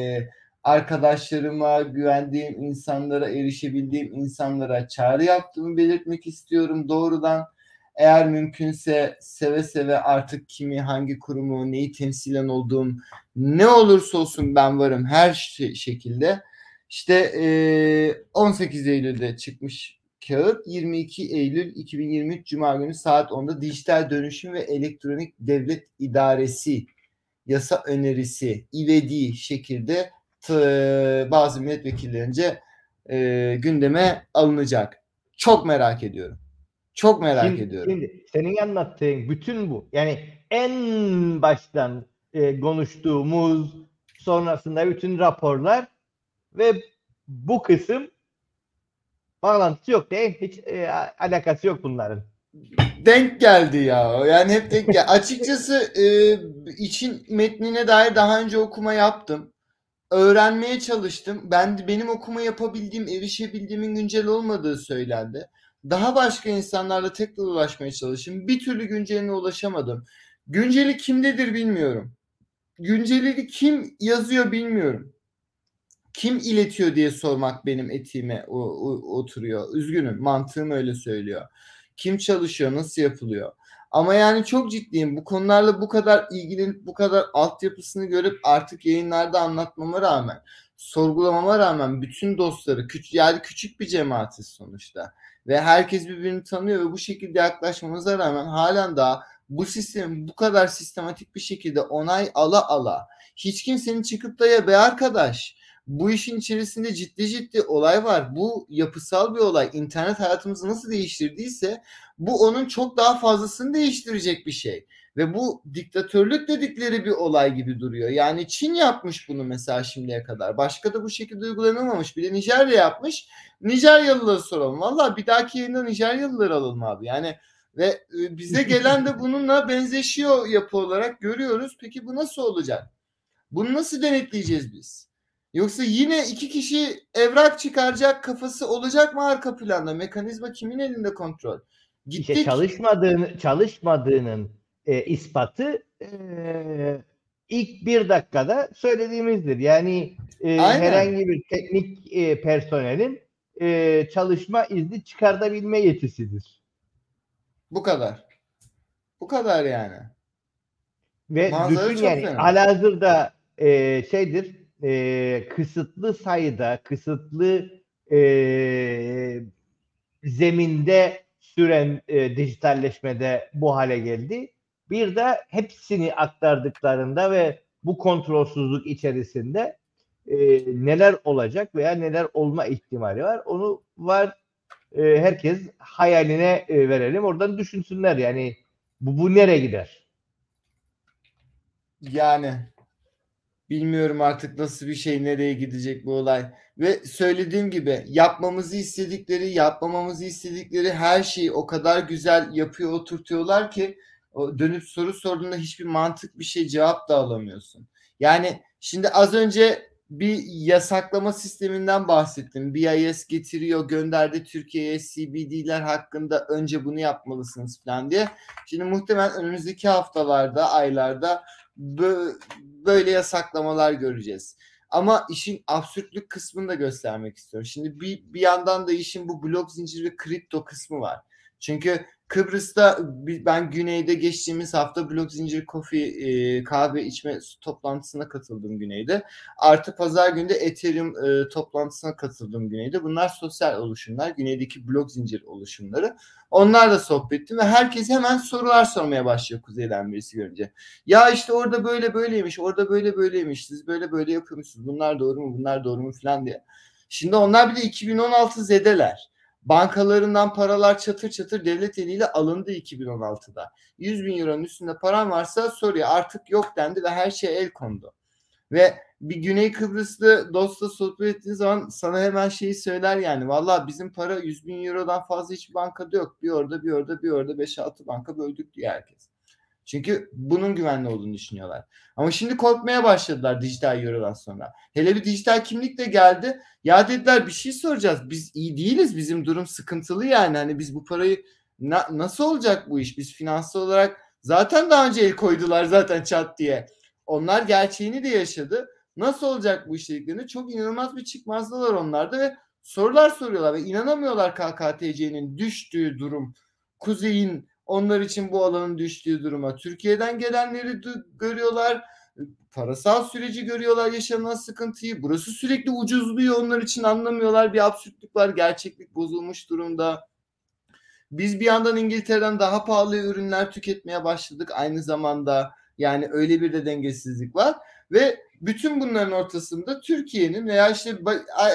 arkadaşlarıma, güvendiğim insanlara, erişebildiğim insanlara çağrı yaptığımı belirtmek istiyorum doğrudan. Eğer mümkünse seve seve artık kimi, hangi kurumu, neyi temsilen olduğum, ne olursa olsun ben varım her şekilde. İşte e, on sekiz Eylül'de çıkmış kağıt, yirmi iki Eylül iki bin yirmi üç Cuma günü saat onda Dijital Dönüşüm ve Elektronik Devlet İdaresi yasa önerisi ivediği şekilde t- bazı milletvekillerince e, gündeme alınacak. Çok merak ediyorum. Çok merak şimdi, ediyorum. Şimdi senin anlattığın bütün bu, yani en baştan e, konuştuğumuz, sonrasında bütün raporlar ve bu kısım bağlantısı yok değil mi? Hiç e, alakası yok bunların. Denk geldi ya. Yani hep denk geldi. Açıkçası e, için metnine dair daha önce okuma yaptım. Öğrenmeye çalıştım. Ben benim okuma yapabildiğim, erişebildiğimin güncel olmadığı söylendi. Daha başka insanlarla tekrar ulaşmaya çalıştım. Bir türlü günceline ulaşamadım. Günceli kimdedir bilmiyorum. Günceli kim yazıyor bilmiyorum. Kim iletiyor diye sormak benim etiğime o, o, oturuyor. Üzgünüm, mantığım öyle söylüyor. Kim çalışıyor, nasıl yapılıyor? Ama yani çok ciddiyim. Bu konularla bu kadar ilgilenip bu kadar altyapısını görüp artık yayınlarda anlatmama rağmen, sorgulamama rağmen bütün dostları, küçük, yani küçük bir cemaatiz sonuçta. Ve herkes birbirini tanıyor ve bu şekilde yaklaşmamıza rağmen halen daha bu sistemi bu kadar sistematik bir şekilde onay ala ala hiç kimsenin çıkıp da ya be arkadaş, bu işin içerisinde ciddi ciddi olay var. Bu yapısal bir olay. İnternet hayatımızı nasıl değiştirdiyse bu onun çok daha fazlasını değiştirecek bir şey. Ve bu diktatörlük dedikleri bir olay gibi duruyor. Yani Çin yapmış bunu mesela şimdiye kadar. Başka da bu şekilde uygulanamamış. Bir de Nijerya yapmış. Nijeryalıları soralım. Valla bir dahaki yayında Nijeryalıları alalım abi. Yani ve bize gelen de bununla benzeşiyor yapı olarak görüyoruz. Peki bu nasıl olacak? Bunu nasıl denetleyeceğiz biz? Yoksa yine iki kişi evrak çıkaracak kafası olacak mı arka planda? Mekanizma kimin elinde kontrol? Gittik. İşte çalışmadığını, çalışmadığının e, ispatı e, ilk bir dakikada söylediğimizdir. Yani e, herhangi bir teknik e, personelin e, çalışma izni çıkartabilme yetisidir. Bu kadar. Bu kadar yani. Ve Manzara düşün çok yani fena. halihazırda e, şeydir e, kısıtlı sayıda, kısıtlı e, zeminde süren e, dijitalleşmede bu hale geldi. Bir de hepsini aktardıklarında ve bu kontrolsüzlük içerisinde e, neler olacak veya neler olma ihtimali var. Onu var e, herkes hayaline e, verelim. Oradan düşünsünler yani bu, bu nereye gider? Yani bilmiyorum artık nasıl bir şey, nereye gidecek bu olay. Ve söylediğim gibi yapmamızı istedikleri, yapmamamızı istedikleri her şeyi o kadar güzel yapıyor, oturtuyorlar ki o dönüp soru sorduğunda hiçbir mantık bir şey cevap da alamıyorsun. Yani şimdi az önce bir yasaklama sisteminden bahsettim. B I S getiriyor, gönderdi Türkiye'ye C B D'ler hakkında önce bunu yapmalısınız falan diye. Şimdi muhtemelen önümüzdeki haftalarda, aylarda böyle yasaklamalar göreceğiz. Ama işin absürtlük kısmını da göstermek istiyorum. Şimdi bir, bir yandan da işin bu blok zinciri ve kripto kısmı var. Çünkü Kıbrıs'ta ben güneyde geçtiğimiz hafta blok zincir coffee kahve içme toplantısına katıldım güneyde. Artı pazar günü de Ethereum e, toplantısına katıldım güneyde. Bunlar sosyal oluşumlar. Güneydeki blok zincir oluşumları. Onlarla sohbet ettim ve herkes hemen sorular sormaya başlıyor kuzeyden birisi görünce. Ya işte orada böyle böyleymiş, orada böyle böyleymiş, siz böyle böyle yapıyormuşsunuz, bunlar doğru mu, bunlar doğru mu falan diye. Şimdi onlar bir de iki bin on altı zedeler. Bankalarından paralar çatır çatır devlet eliyle alındı iki bin on altıda. yüz bin euronun üstünde paran varsa soruya artık yok dendi ve her şeye el kondu. Ve bir Güney Kıbrıslı dostla sohbet ettiğin zaman sana hemen şeyi söyler yani. Valla bizim para yüz bin eurodan fazla hiçbir bankada yok. Bir orada bir orada bir orada beş altı banka böldük diyor herkes. Çünkü bunun güvenli olduğunu düşünüyorlar. Ama şimdi korkmaya başladılar dijital eurodan sonra. Hele bir dijital kimlik de geldi. Ya dediler bir şey soracağız. Biz iyi değiliz. Bizim durum sıkıntılı yani. Hani biz bu parayı na- nasıl olacak bu iş? Biz finansal olarak zaten daha önce el koydular zaten çat diye. Onlar gerçeğini de yaşadı. Nasıl olacak bu iş dediklerinde çok inanılmaz bir çıkmazdalar onlarda ve sorular soruyorlar ve inanamıyorlar K K T C'nin düştüğü durum. Kuzey'in onlar için bu alanın düştüğü duruma. Türkiye'den gelenleri du- görüyorlar. Parasal süreci görüyorlar, yaşanan sıkıntıyı. Burası sürekli ucuzluyor onlar için, anlamıyorlar. Bir absürtlük var. Gerçeklik bozulmuş durumda. Biz bir yandan İngiltere'den daha pahalı ürünler tüketmeye başladık aynı zamanda. Yani öyle bir de dengesizlik var. Ve bütün bunların ortasında Türkiye'nin veya işte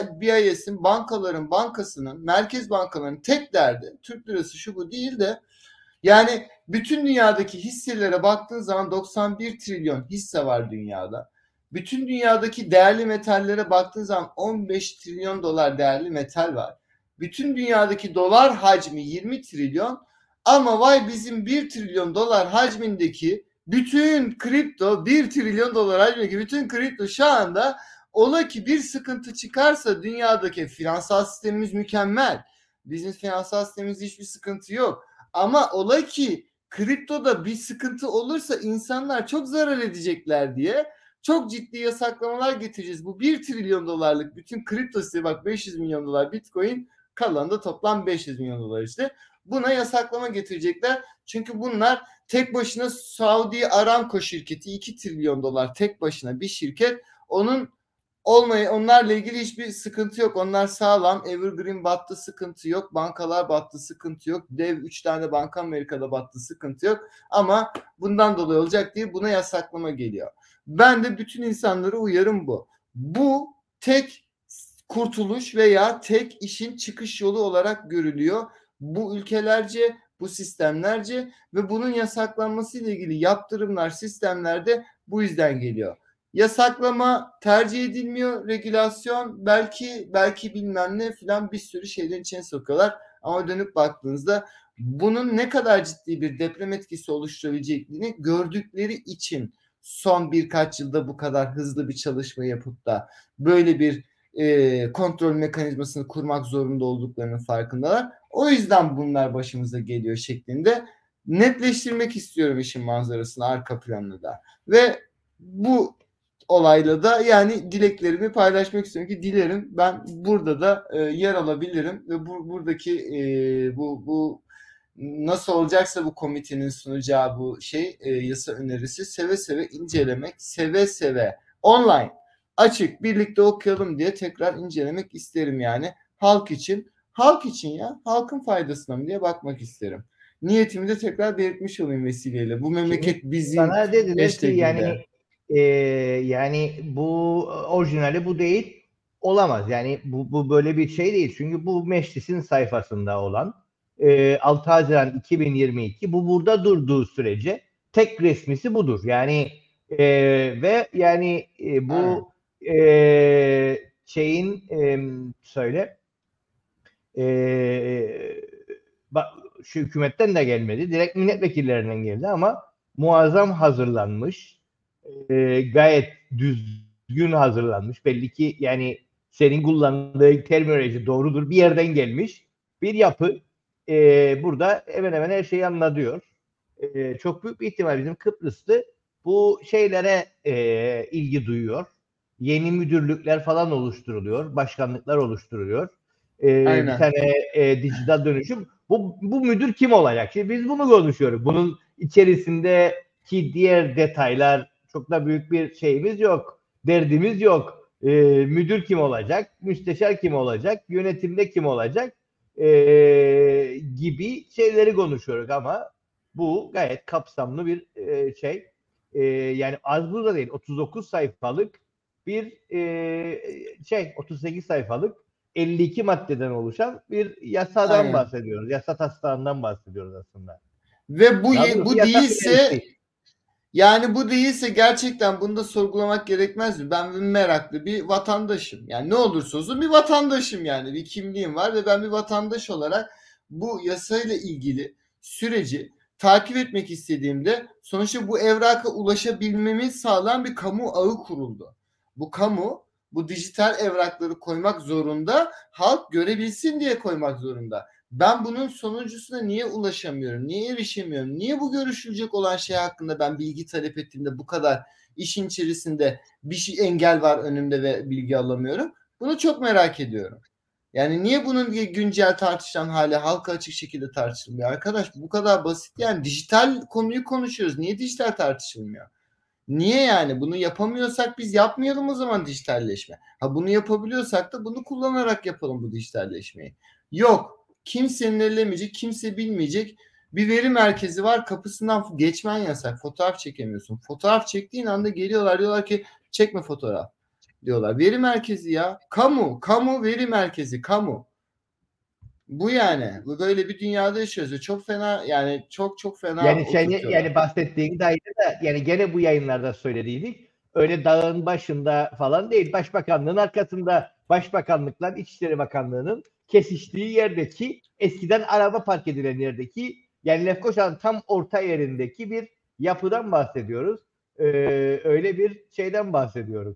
B I S'in, bankaların, bankasının, merkez bankalarının tek derdi Türk lirası şu bu değil de yani bütün dünyadaki hisselere baktığın zaman doksan bir trilyon hisse var dünyada. Bütün dünyadaki değerli metallere baktığın zaman on beş trilyon dolar değerli metal var. Bütün dünyadaki dolar hacmi yirmi trilyon ama vay bizim bir trilyon dolar hacmindeki bütün kripto bir trilyon dolar hacmindeki bütün kripto şu anda ola ki bir sıkıntı çıkarsa dünyadaki finansal sistemimiz mükemmel. Bizim finansal sistemimizde hiçbir sıkıntı yok. Ama ola ki kriptoda bir sıkıntı olursa insanlar çok zarar edecekler diye çok ciddi yasaklamalar getireceğiz. Bu bir trilyon dolarlık bütün kripto sitesi bak beş yüz milyon dolar Bitcoin kalan da toplam beş yüz milyon dolar işte. Buna yasaklama getirecekler. Çünkü bunlar tek başına Saudi Aramco şirketi iki trilyon dolar tek başına bir şirket. Onun olmayı onlarla ilgili hiçbir sıkıntı yok. Onlar sağlam. Evergreen battı, sıkıntı yok. Bankalar battı, sıkıntı yok. Dev üç tane banka Amerika'da battı, sıkıntı yok. Ama bundan dolayı olacak diye buna yasaklama geliyor. Ben de bütün insanları uyarım bu. Bu tek kurtuluş veya tek işin çıkış yolu olarak görülüyor. Bu ülkelerce, bu sistemlerce ve bunun yasaklanması ile ilgili yaptırımlar, sistemler de bu yüzden geliyor. Yasaklama tercih edilmiyor, regülasyon belki belki bilmem ne filan bir sürü şeylerin içine sokuyorlar. Ama dönüp baktığınızda bunun ne kadar ciddi bir deprem etkisi oluşturabileceğini gördükleri için son birkaç yılda bu kadar hızlı bir çalışma yapıp da böyle bir e, kontrol mekanizmasını kurmak zorunda olduklarının farkındalar. O yüzden bunlar başımıza geliyor şeklinde netleştirmek istiyorum işin manzarasını, arka planını da. Ve bu olayla da yani dileklerimi paylaşmak istiyorum ki dilerim ben burada da e, yer alabilirim ve bu, buradaki e, bu bu nasıl olacaksa bu komitenin sunacağı bu şey e, yasa önerisi seve seve incelemek, seve seve online açık birlikte okuyalım diye tekrar incelemek isterim yani halk için. Halk için ya halkın faydasına mı diye bakmak isterim. Niyetimi de tekrar belirtmiş olayım vesileyle. Bu memleket Şimdi bizim sana dediler ki hashtag'inde. yani e, yani bu orijinali bu değil, olamaz. Yani bu, bu böyle bir şey değil. Çünkü bu meclisin sayfasında olan e, altı Haziran iki bin yirmi iki, bu burada durduğu sürece tek resmisi budur. Yani e, ve yani e, bu e, şeyin e, söyle e, bak, şu hükümetten de gelmedi. Direkt milletvekillerinden geldi ama muazzam hazırlanmış. E, gayet düzgün hazırlanmış. Belli ki yani senin kullandığı terminoloji doğrudur. Bir yerden gelmiş bir yapı. E, burada hemen hemen her şeyi anlatıyor. E, çok büyük bir ihtimal bizim Kıbrıs'ta bu şeylere e, ilgi duyuyor. Yeni müdürlükler falan oluşturuluyor. Başkanlıklar oluşturuluyor. E, bir Aynen. tane e, dijital dönüşüm. Bu, bu müdür kim olacak? Şimdi biz bunu konuşuyoruz. Bunun içerisindeki diğer detaylar çok da büyük bir şeyimiz yok. Derdimiz yok. E, müdür kim olacak? Müsteşar kim olacak? Yönetimde kim olacak? E, gibi şeyleri konuşuyoruz ama bu gayet kapsamlı bir e, şey. E, yani az bu da değil. otuz dokuz sayfalık bir e, şey, otuz sekiz sayfalık elli iki maddeden oluşan bir yasadan Aynen. bahsediyoruz. Yasa taslağından bahsediyoruz aslında. Ve bu Daha ye- doğrusu bu yasa değilse önerisi. yani bu değilse gerçekten bunu da sorgulamak gerekmez mi? Ben bir meraklı bir vatandaşım. Yani ne olursa olsun bir vatandaşım yani. Bir kimliğim var ve ben bir vatandaş olarak bu yasayla ilgili süreci takip etmek istediğimde sonuçta bu evraka ulaşabilmemi sağlayan bir kamu ağı kuruldu. Bu kamu bu dijital evrakları koymak zorunda, halk görebilsin diye koymak zorunda. Ben bunun sonuncusuna niye ulaşamıyorum? Niye erişemiyorum? Niye bu görüşülecek olan şey hakkında ben bilgi talep ettiğimde bu kadar işin içerisinde bir şey engel var önümde ve bilgi alamıyorum? Bunu çok merak ediyorum. Yani niye bunun güncel tartışılan hali halka açık şekilde tartışılmıyor? Arkadaş bu kadar basit yani dijital konuyu konuşuyoruz. Niye dijital tartışılmıyor? Niye yani? Bunu yapamıyorsak biz yapmayalım o zaman dijitalleşme. Ha bunu yapabiliyorsak da bunu kullanarak yapalım bu dijitalleşmeyi. Yok. Kimsenin ellemeyecek, kimse bilmeyecek. Bir veri merkezi var. Kapısından geçmen yasak. Fotoğraf çekemiyorsun. Fotoğraf çektiğin anda geliyorlar diyorlar ki çekme fotoğraf diyorlar. Veri merkezi ya. Kamu. Kamu veri merkezi. Kamu. Bu yani. Bu böyle bir dünyada yaşıyoruz. Ve çok fena yani çok çok fena Yani şey, oturtuyorlar. yani bahsettiğin daire de yani gene bu yayınlarda söylediydik. Öyle dağın başında falan değil. Başbakanlığın arkasında, Başbakanlıkla İçişleri Bakanlığı'nın kesiştiği yerdeki, eskiden araba park edilen yerdeki, yani Lefkoşa'nın tam orta yerindeki bir yapıdan bahsediyoruz. Ee, öyle bir şeyden bahsediyoruz.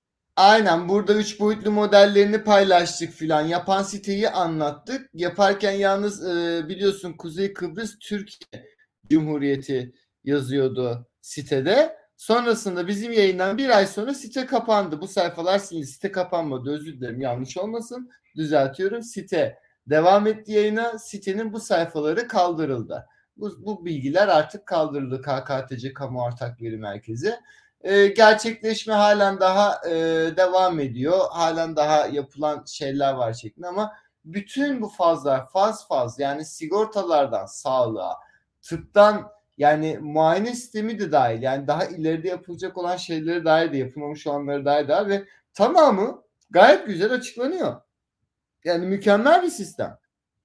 Aynen burada üç boyutlu modellerini paylaştık filan. Yapan siteyi anlattık. Yaparken yalnız e, biliyorsun Kuzey Kıbrıs Türkiye Cumhuriyeti yazıyordu sitede. Sonrasında bizim yayından bir ay sonra site kapandı. Bu sayfalar silindi. Site kapanmadı. Özür dilerim. Yanlış olmasın. Düzeltiyorum. Site devam etti yayına. Sitenin bu sayfaları kaldırıldı. Bu, bu bilgiler artık kaldırıldı. K K T C Kamu Ortak Veri Merkezi. E, gerçekleşme halen daha e, devam ediyor. Halen daha yapılan şeyler var şeklinde ama bütün bu fazlar faz faz yani sigortalardan sağlığa, tıptan yani muayene sistemi de dahil yani daha ileride yapılacak olan şeyleri dahil de yapılmamış olanları dahil de ve tamamı gayet güzel açıklanıyor. Yani mükemmel bir sistem.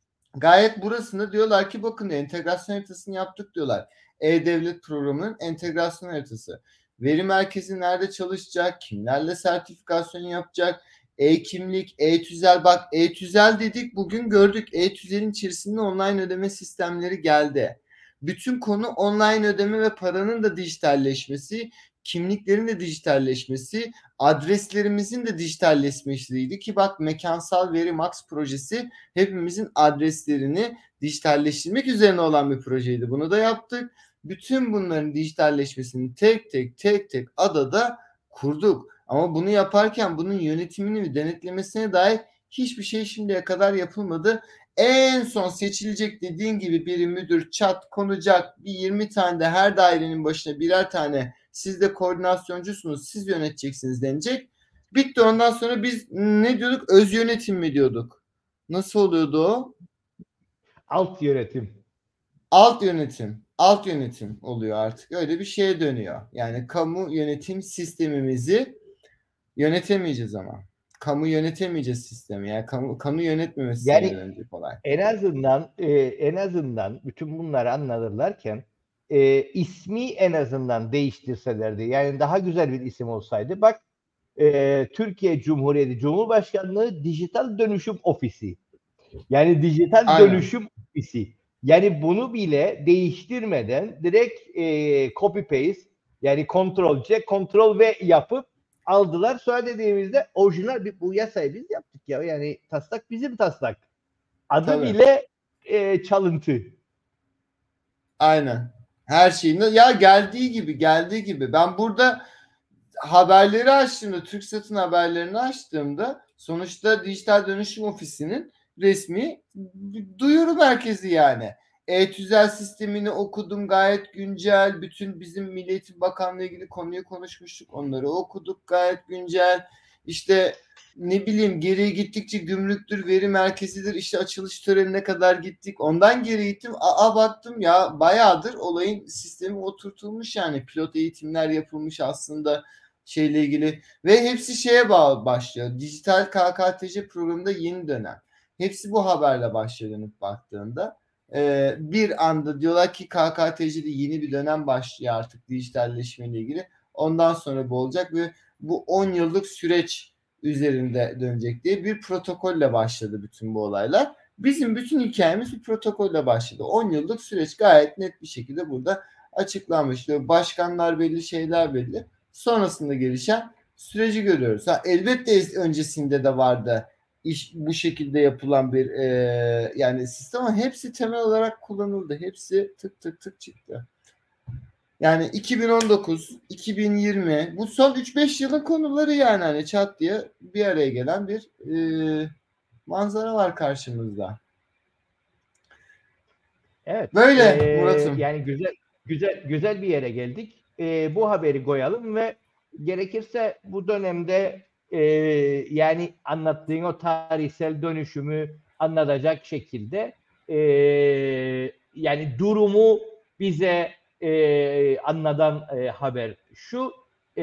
Gayet burasında diyorlar ki bakın entegrasyon haritasını yaptık diyorlar. E-Devlet programının entegrasyon haritası. Veri merkezi nerede çalışacak? Kimlerle sertifikasyon yapacak? E-kimlik, e-tüzel bak e-tüzel dedik bugün gördük. E-tüzelin içerisinde online ödeme sistemleri geldi. Bütün konu online ödeme ve paranın da dijitalleşmesi, kimliklerin de dijitalleşmesi, adreslerimizin de dijitalleşmesiydi ki bak mekansal veri max projesi hepimizin adreslerini dijitalleştirmek üzerine olan bir projeydi. Bunu da yaptık. Bütün bunların dijitalleşmesini tek tek tek tek adada kurduk. Ama bunu yaparken bunun yönetimini ve denetlemesine dair hiçbir şey şimdiye kadar yapılmadı. En son seçilecek dediğin gibi biri müdür, çat konacak, bir yirmi tane de her dairenin başına birer tane, siz de koordinasyoncusunuz, siz yöneteceksiniz denecek. Bitti, ondan sonra biz ne diyorduk? Öz yönetim mi diyorduk? Nasıl oluyordu o? Alt yönetim. Alt yönetim. Alt yönetim oluyor artık. Öyle bir şeye dönüyor. Yani kamu yönetim sistemimizi yönetemeyeceğiz ama. Kamu yönetemeyeceğiz sistemi. Yani kamu, kamu yönetmeme sistemine Yani dönecek olay. en azından e, en azından bütün bunları anlatırlarken e, ismi en azından değiştirselerdi. Yani daha güzel bir isim olsaydı. Bak e, Türkiye Cumhuriyeti Cumhurbaşkanlığı Dijital Dönüşüm Ofisi. Yani dijital Aynen. dönüşüm ofisi. Yani bunu bile değiştirmeden direkt e, copy paste, yani Ctrl C, Ctrl V yapıp aldılar. Sonra dediğimizde orijinal bir bu yasayı biz yaptık ya. Yani taslak bizim taslak. Adı Tabii. bile e, çalıntı. Aynen. Her şeyin ya geldiği gibi geldiği gibi. Ben burada haberleri açtığımda, TürkSat'ın haberlerini açtığımda sonuçta Dijital Dönüşüm Ofisi'nin resmi duyuru merkezi yani. E-Tüzel sistemini okudum, gayet güncel. Bütün bizim Milli Eğitim Bakanlığı ilgili konuyu konuşmuştuk. Onları okuduk, gayet güncel. İşte ne bileyim, geriye gittikçe gümrüktür, veri merkezidir, işte açılış törenine kadar gittik. Ondan geri gittim. Aa, baktım ya bayağıdır olayın sistemi oturtulmuş, yani pilot eğitimler yapılmış aslında şeyle ilgili ve hepsi şeye bağlı başlıyor. Dijital K K T C programında yeni dönem. Hepsi bu haberle başlıyor dönüp baktığında. Ee, bir anda diyorlar ki K K T C'de yeni bir dönem başlıyor artık dijitalleşmeyle ilgili. Ondan sonra bu olacak ve bu on yıllık süreç üzerinde dönecek diye bir protokolle başladı bütün bu olaylar. Bizim bütün hikayemiz bir protokolle başladı. on yıllık süreç gayet net bir şekilde burada açıklanmış. Başkanlar belli, şeyler belli. Sonrasında gelişen süreci görüyoruz. Ha, elbette öncesinde de vardı iş bu şekilde yapılan bir e, yani sistem, ama hepsi temel olarak kullanıldı. Hepsi tık tık tık çıktı. Yani iki bin on dokuz, iki bin yirmi bu son üç beş yılın konuları, yani hani çat diye bir araya gelen bir e, manzara var karşımızda. Evet. Böyle e, Murat'ım. Yani güzel güzel güzel bir yere geldik. E, bu haberi koyalım ve gerekirse bu dönemde e, yani anlattığın o tarihsel dönüşümü anlatacak şekilde e, yani durumu bize e, anlatan e, haber şu: e,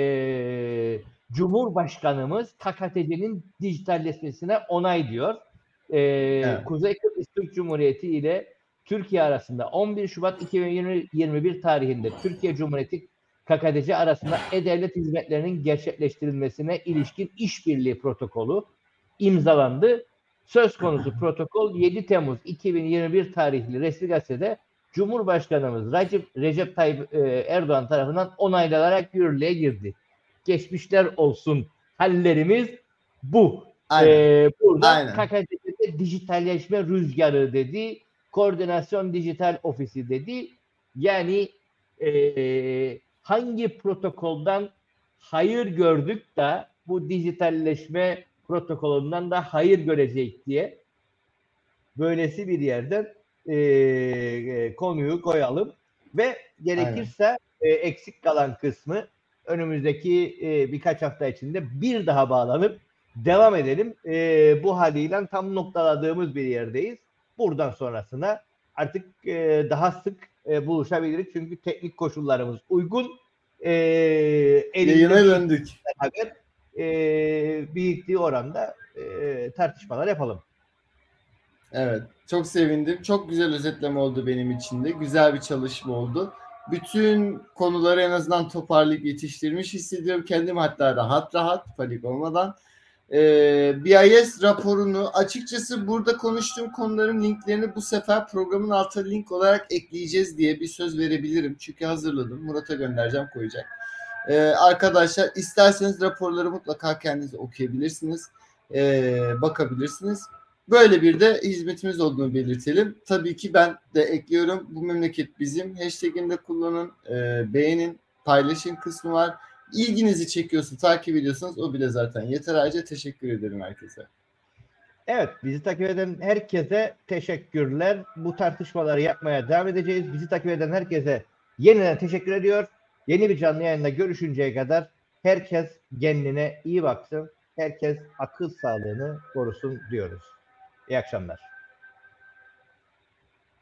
Cumhurbaşkanımız K K T C'nin dijitalleşmesine onay diyor. E, Evet. Kuzey Kıbrıs Türk Cumhuriyeti ile Türkiye arasında on bir Şubat iki bin yirmi bir tarihinde Türkiye Cumhuriyeti K K T C arasında e-devlet hizmetlerinin gerçekleştirilmesine ilişkin işbirliği protokolü imzalandı. Söz konusu protokol yedi Temmuz iki bin yirmi bir tarihli resmi gazetede Cumhurbaşkanımız Recep, Recep Tayyip Erdoğan tarafından onaylanarak yürürlüğe girdi. Geçmişler olsun, hallerimiz bu. Ee, burada Aynen. K K T C'de dijitalleşme rüzgarı dedi, koordinasyon dijital ofisi dedi. Yani e, hangi protokoldan hayır gördük de bu dijitalleşme protokolünden de hayır görecek diye böylesi bir yerden e, e, konuyu koyalım ve gerekirse e, eksik kalan kısmı önümüzdeki e, birkaç hafta içinde bir daha bağlanıp devam edelim. E, bu haliyle tam noktaladığımız bir yerdeyiz. Buradan sonrasına artık e, daha sık e, buluşabiliriz. Çünkü teknik koşullarımız uygun. E, Yayına döndük. Haber, e, büyüklüğü oranda e, tartışmalar yapalım. Evet. Çok sevindim. Çok güzel özetleme oldu benim için de. Güzel bir çalışma oldu. Bütün konuları en azından toparlayıp yetiştirmiş hissediyorum. Kendim hatta rahat rahat, panik olmadan. Ee, B I S raporunu açıkçası burada konuştuğum konuların linklerini bu sefer programın altına link olarak ekleyeceğiz diye bir söz verebilirim. Çünkü hazırladım. Murat'a göndereceğim, koyacak. Ee, arkadaşlar isterseniz raporları mutlaka kendiniz okuyabilirsiniz. Ee, bakabilirsiniz. Böyle bir de hizmetimiz olduğunu belirtelim. Tabii ki ben de ekliyorum. Bu memleket bizim. Hashtag'ini de kullanın. E, beğenin. Paylaşın kısmı var. İlginizi çekiyorsa, takip ediyorsanız o bile zaten yeter. Ayrıca teşekkür ederim herkese. Evet, bizi takip eden herkese teşekkürler. Bu tartışmaları yapmaya devam edeceğiz. Bizi takip eden herkese yeniden teşekkür ediyor. Yeni bir canlı yayında görüşünceye kadar herkes kendine iyi baksın. Herkes akıl sağlığını korusun diyoruz. İyi akşamlar.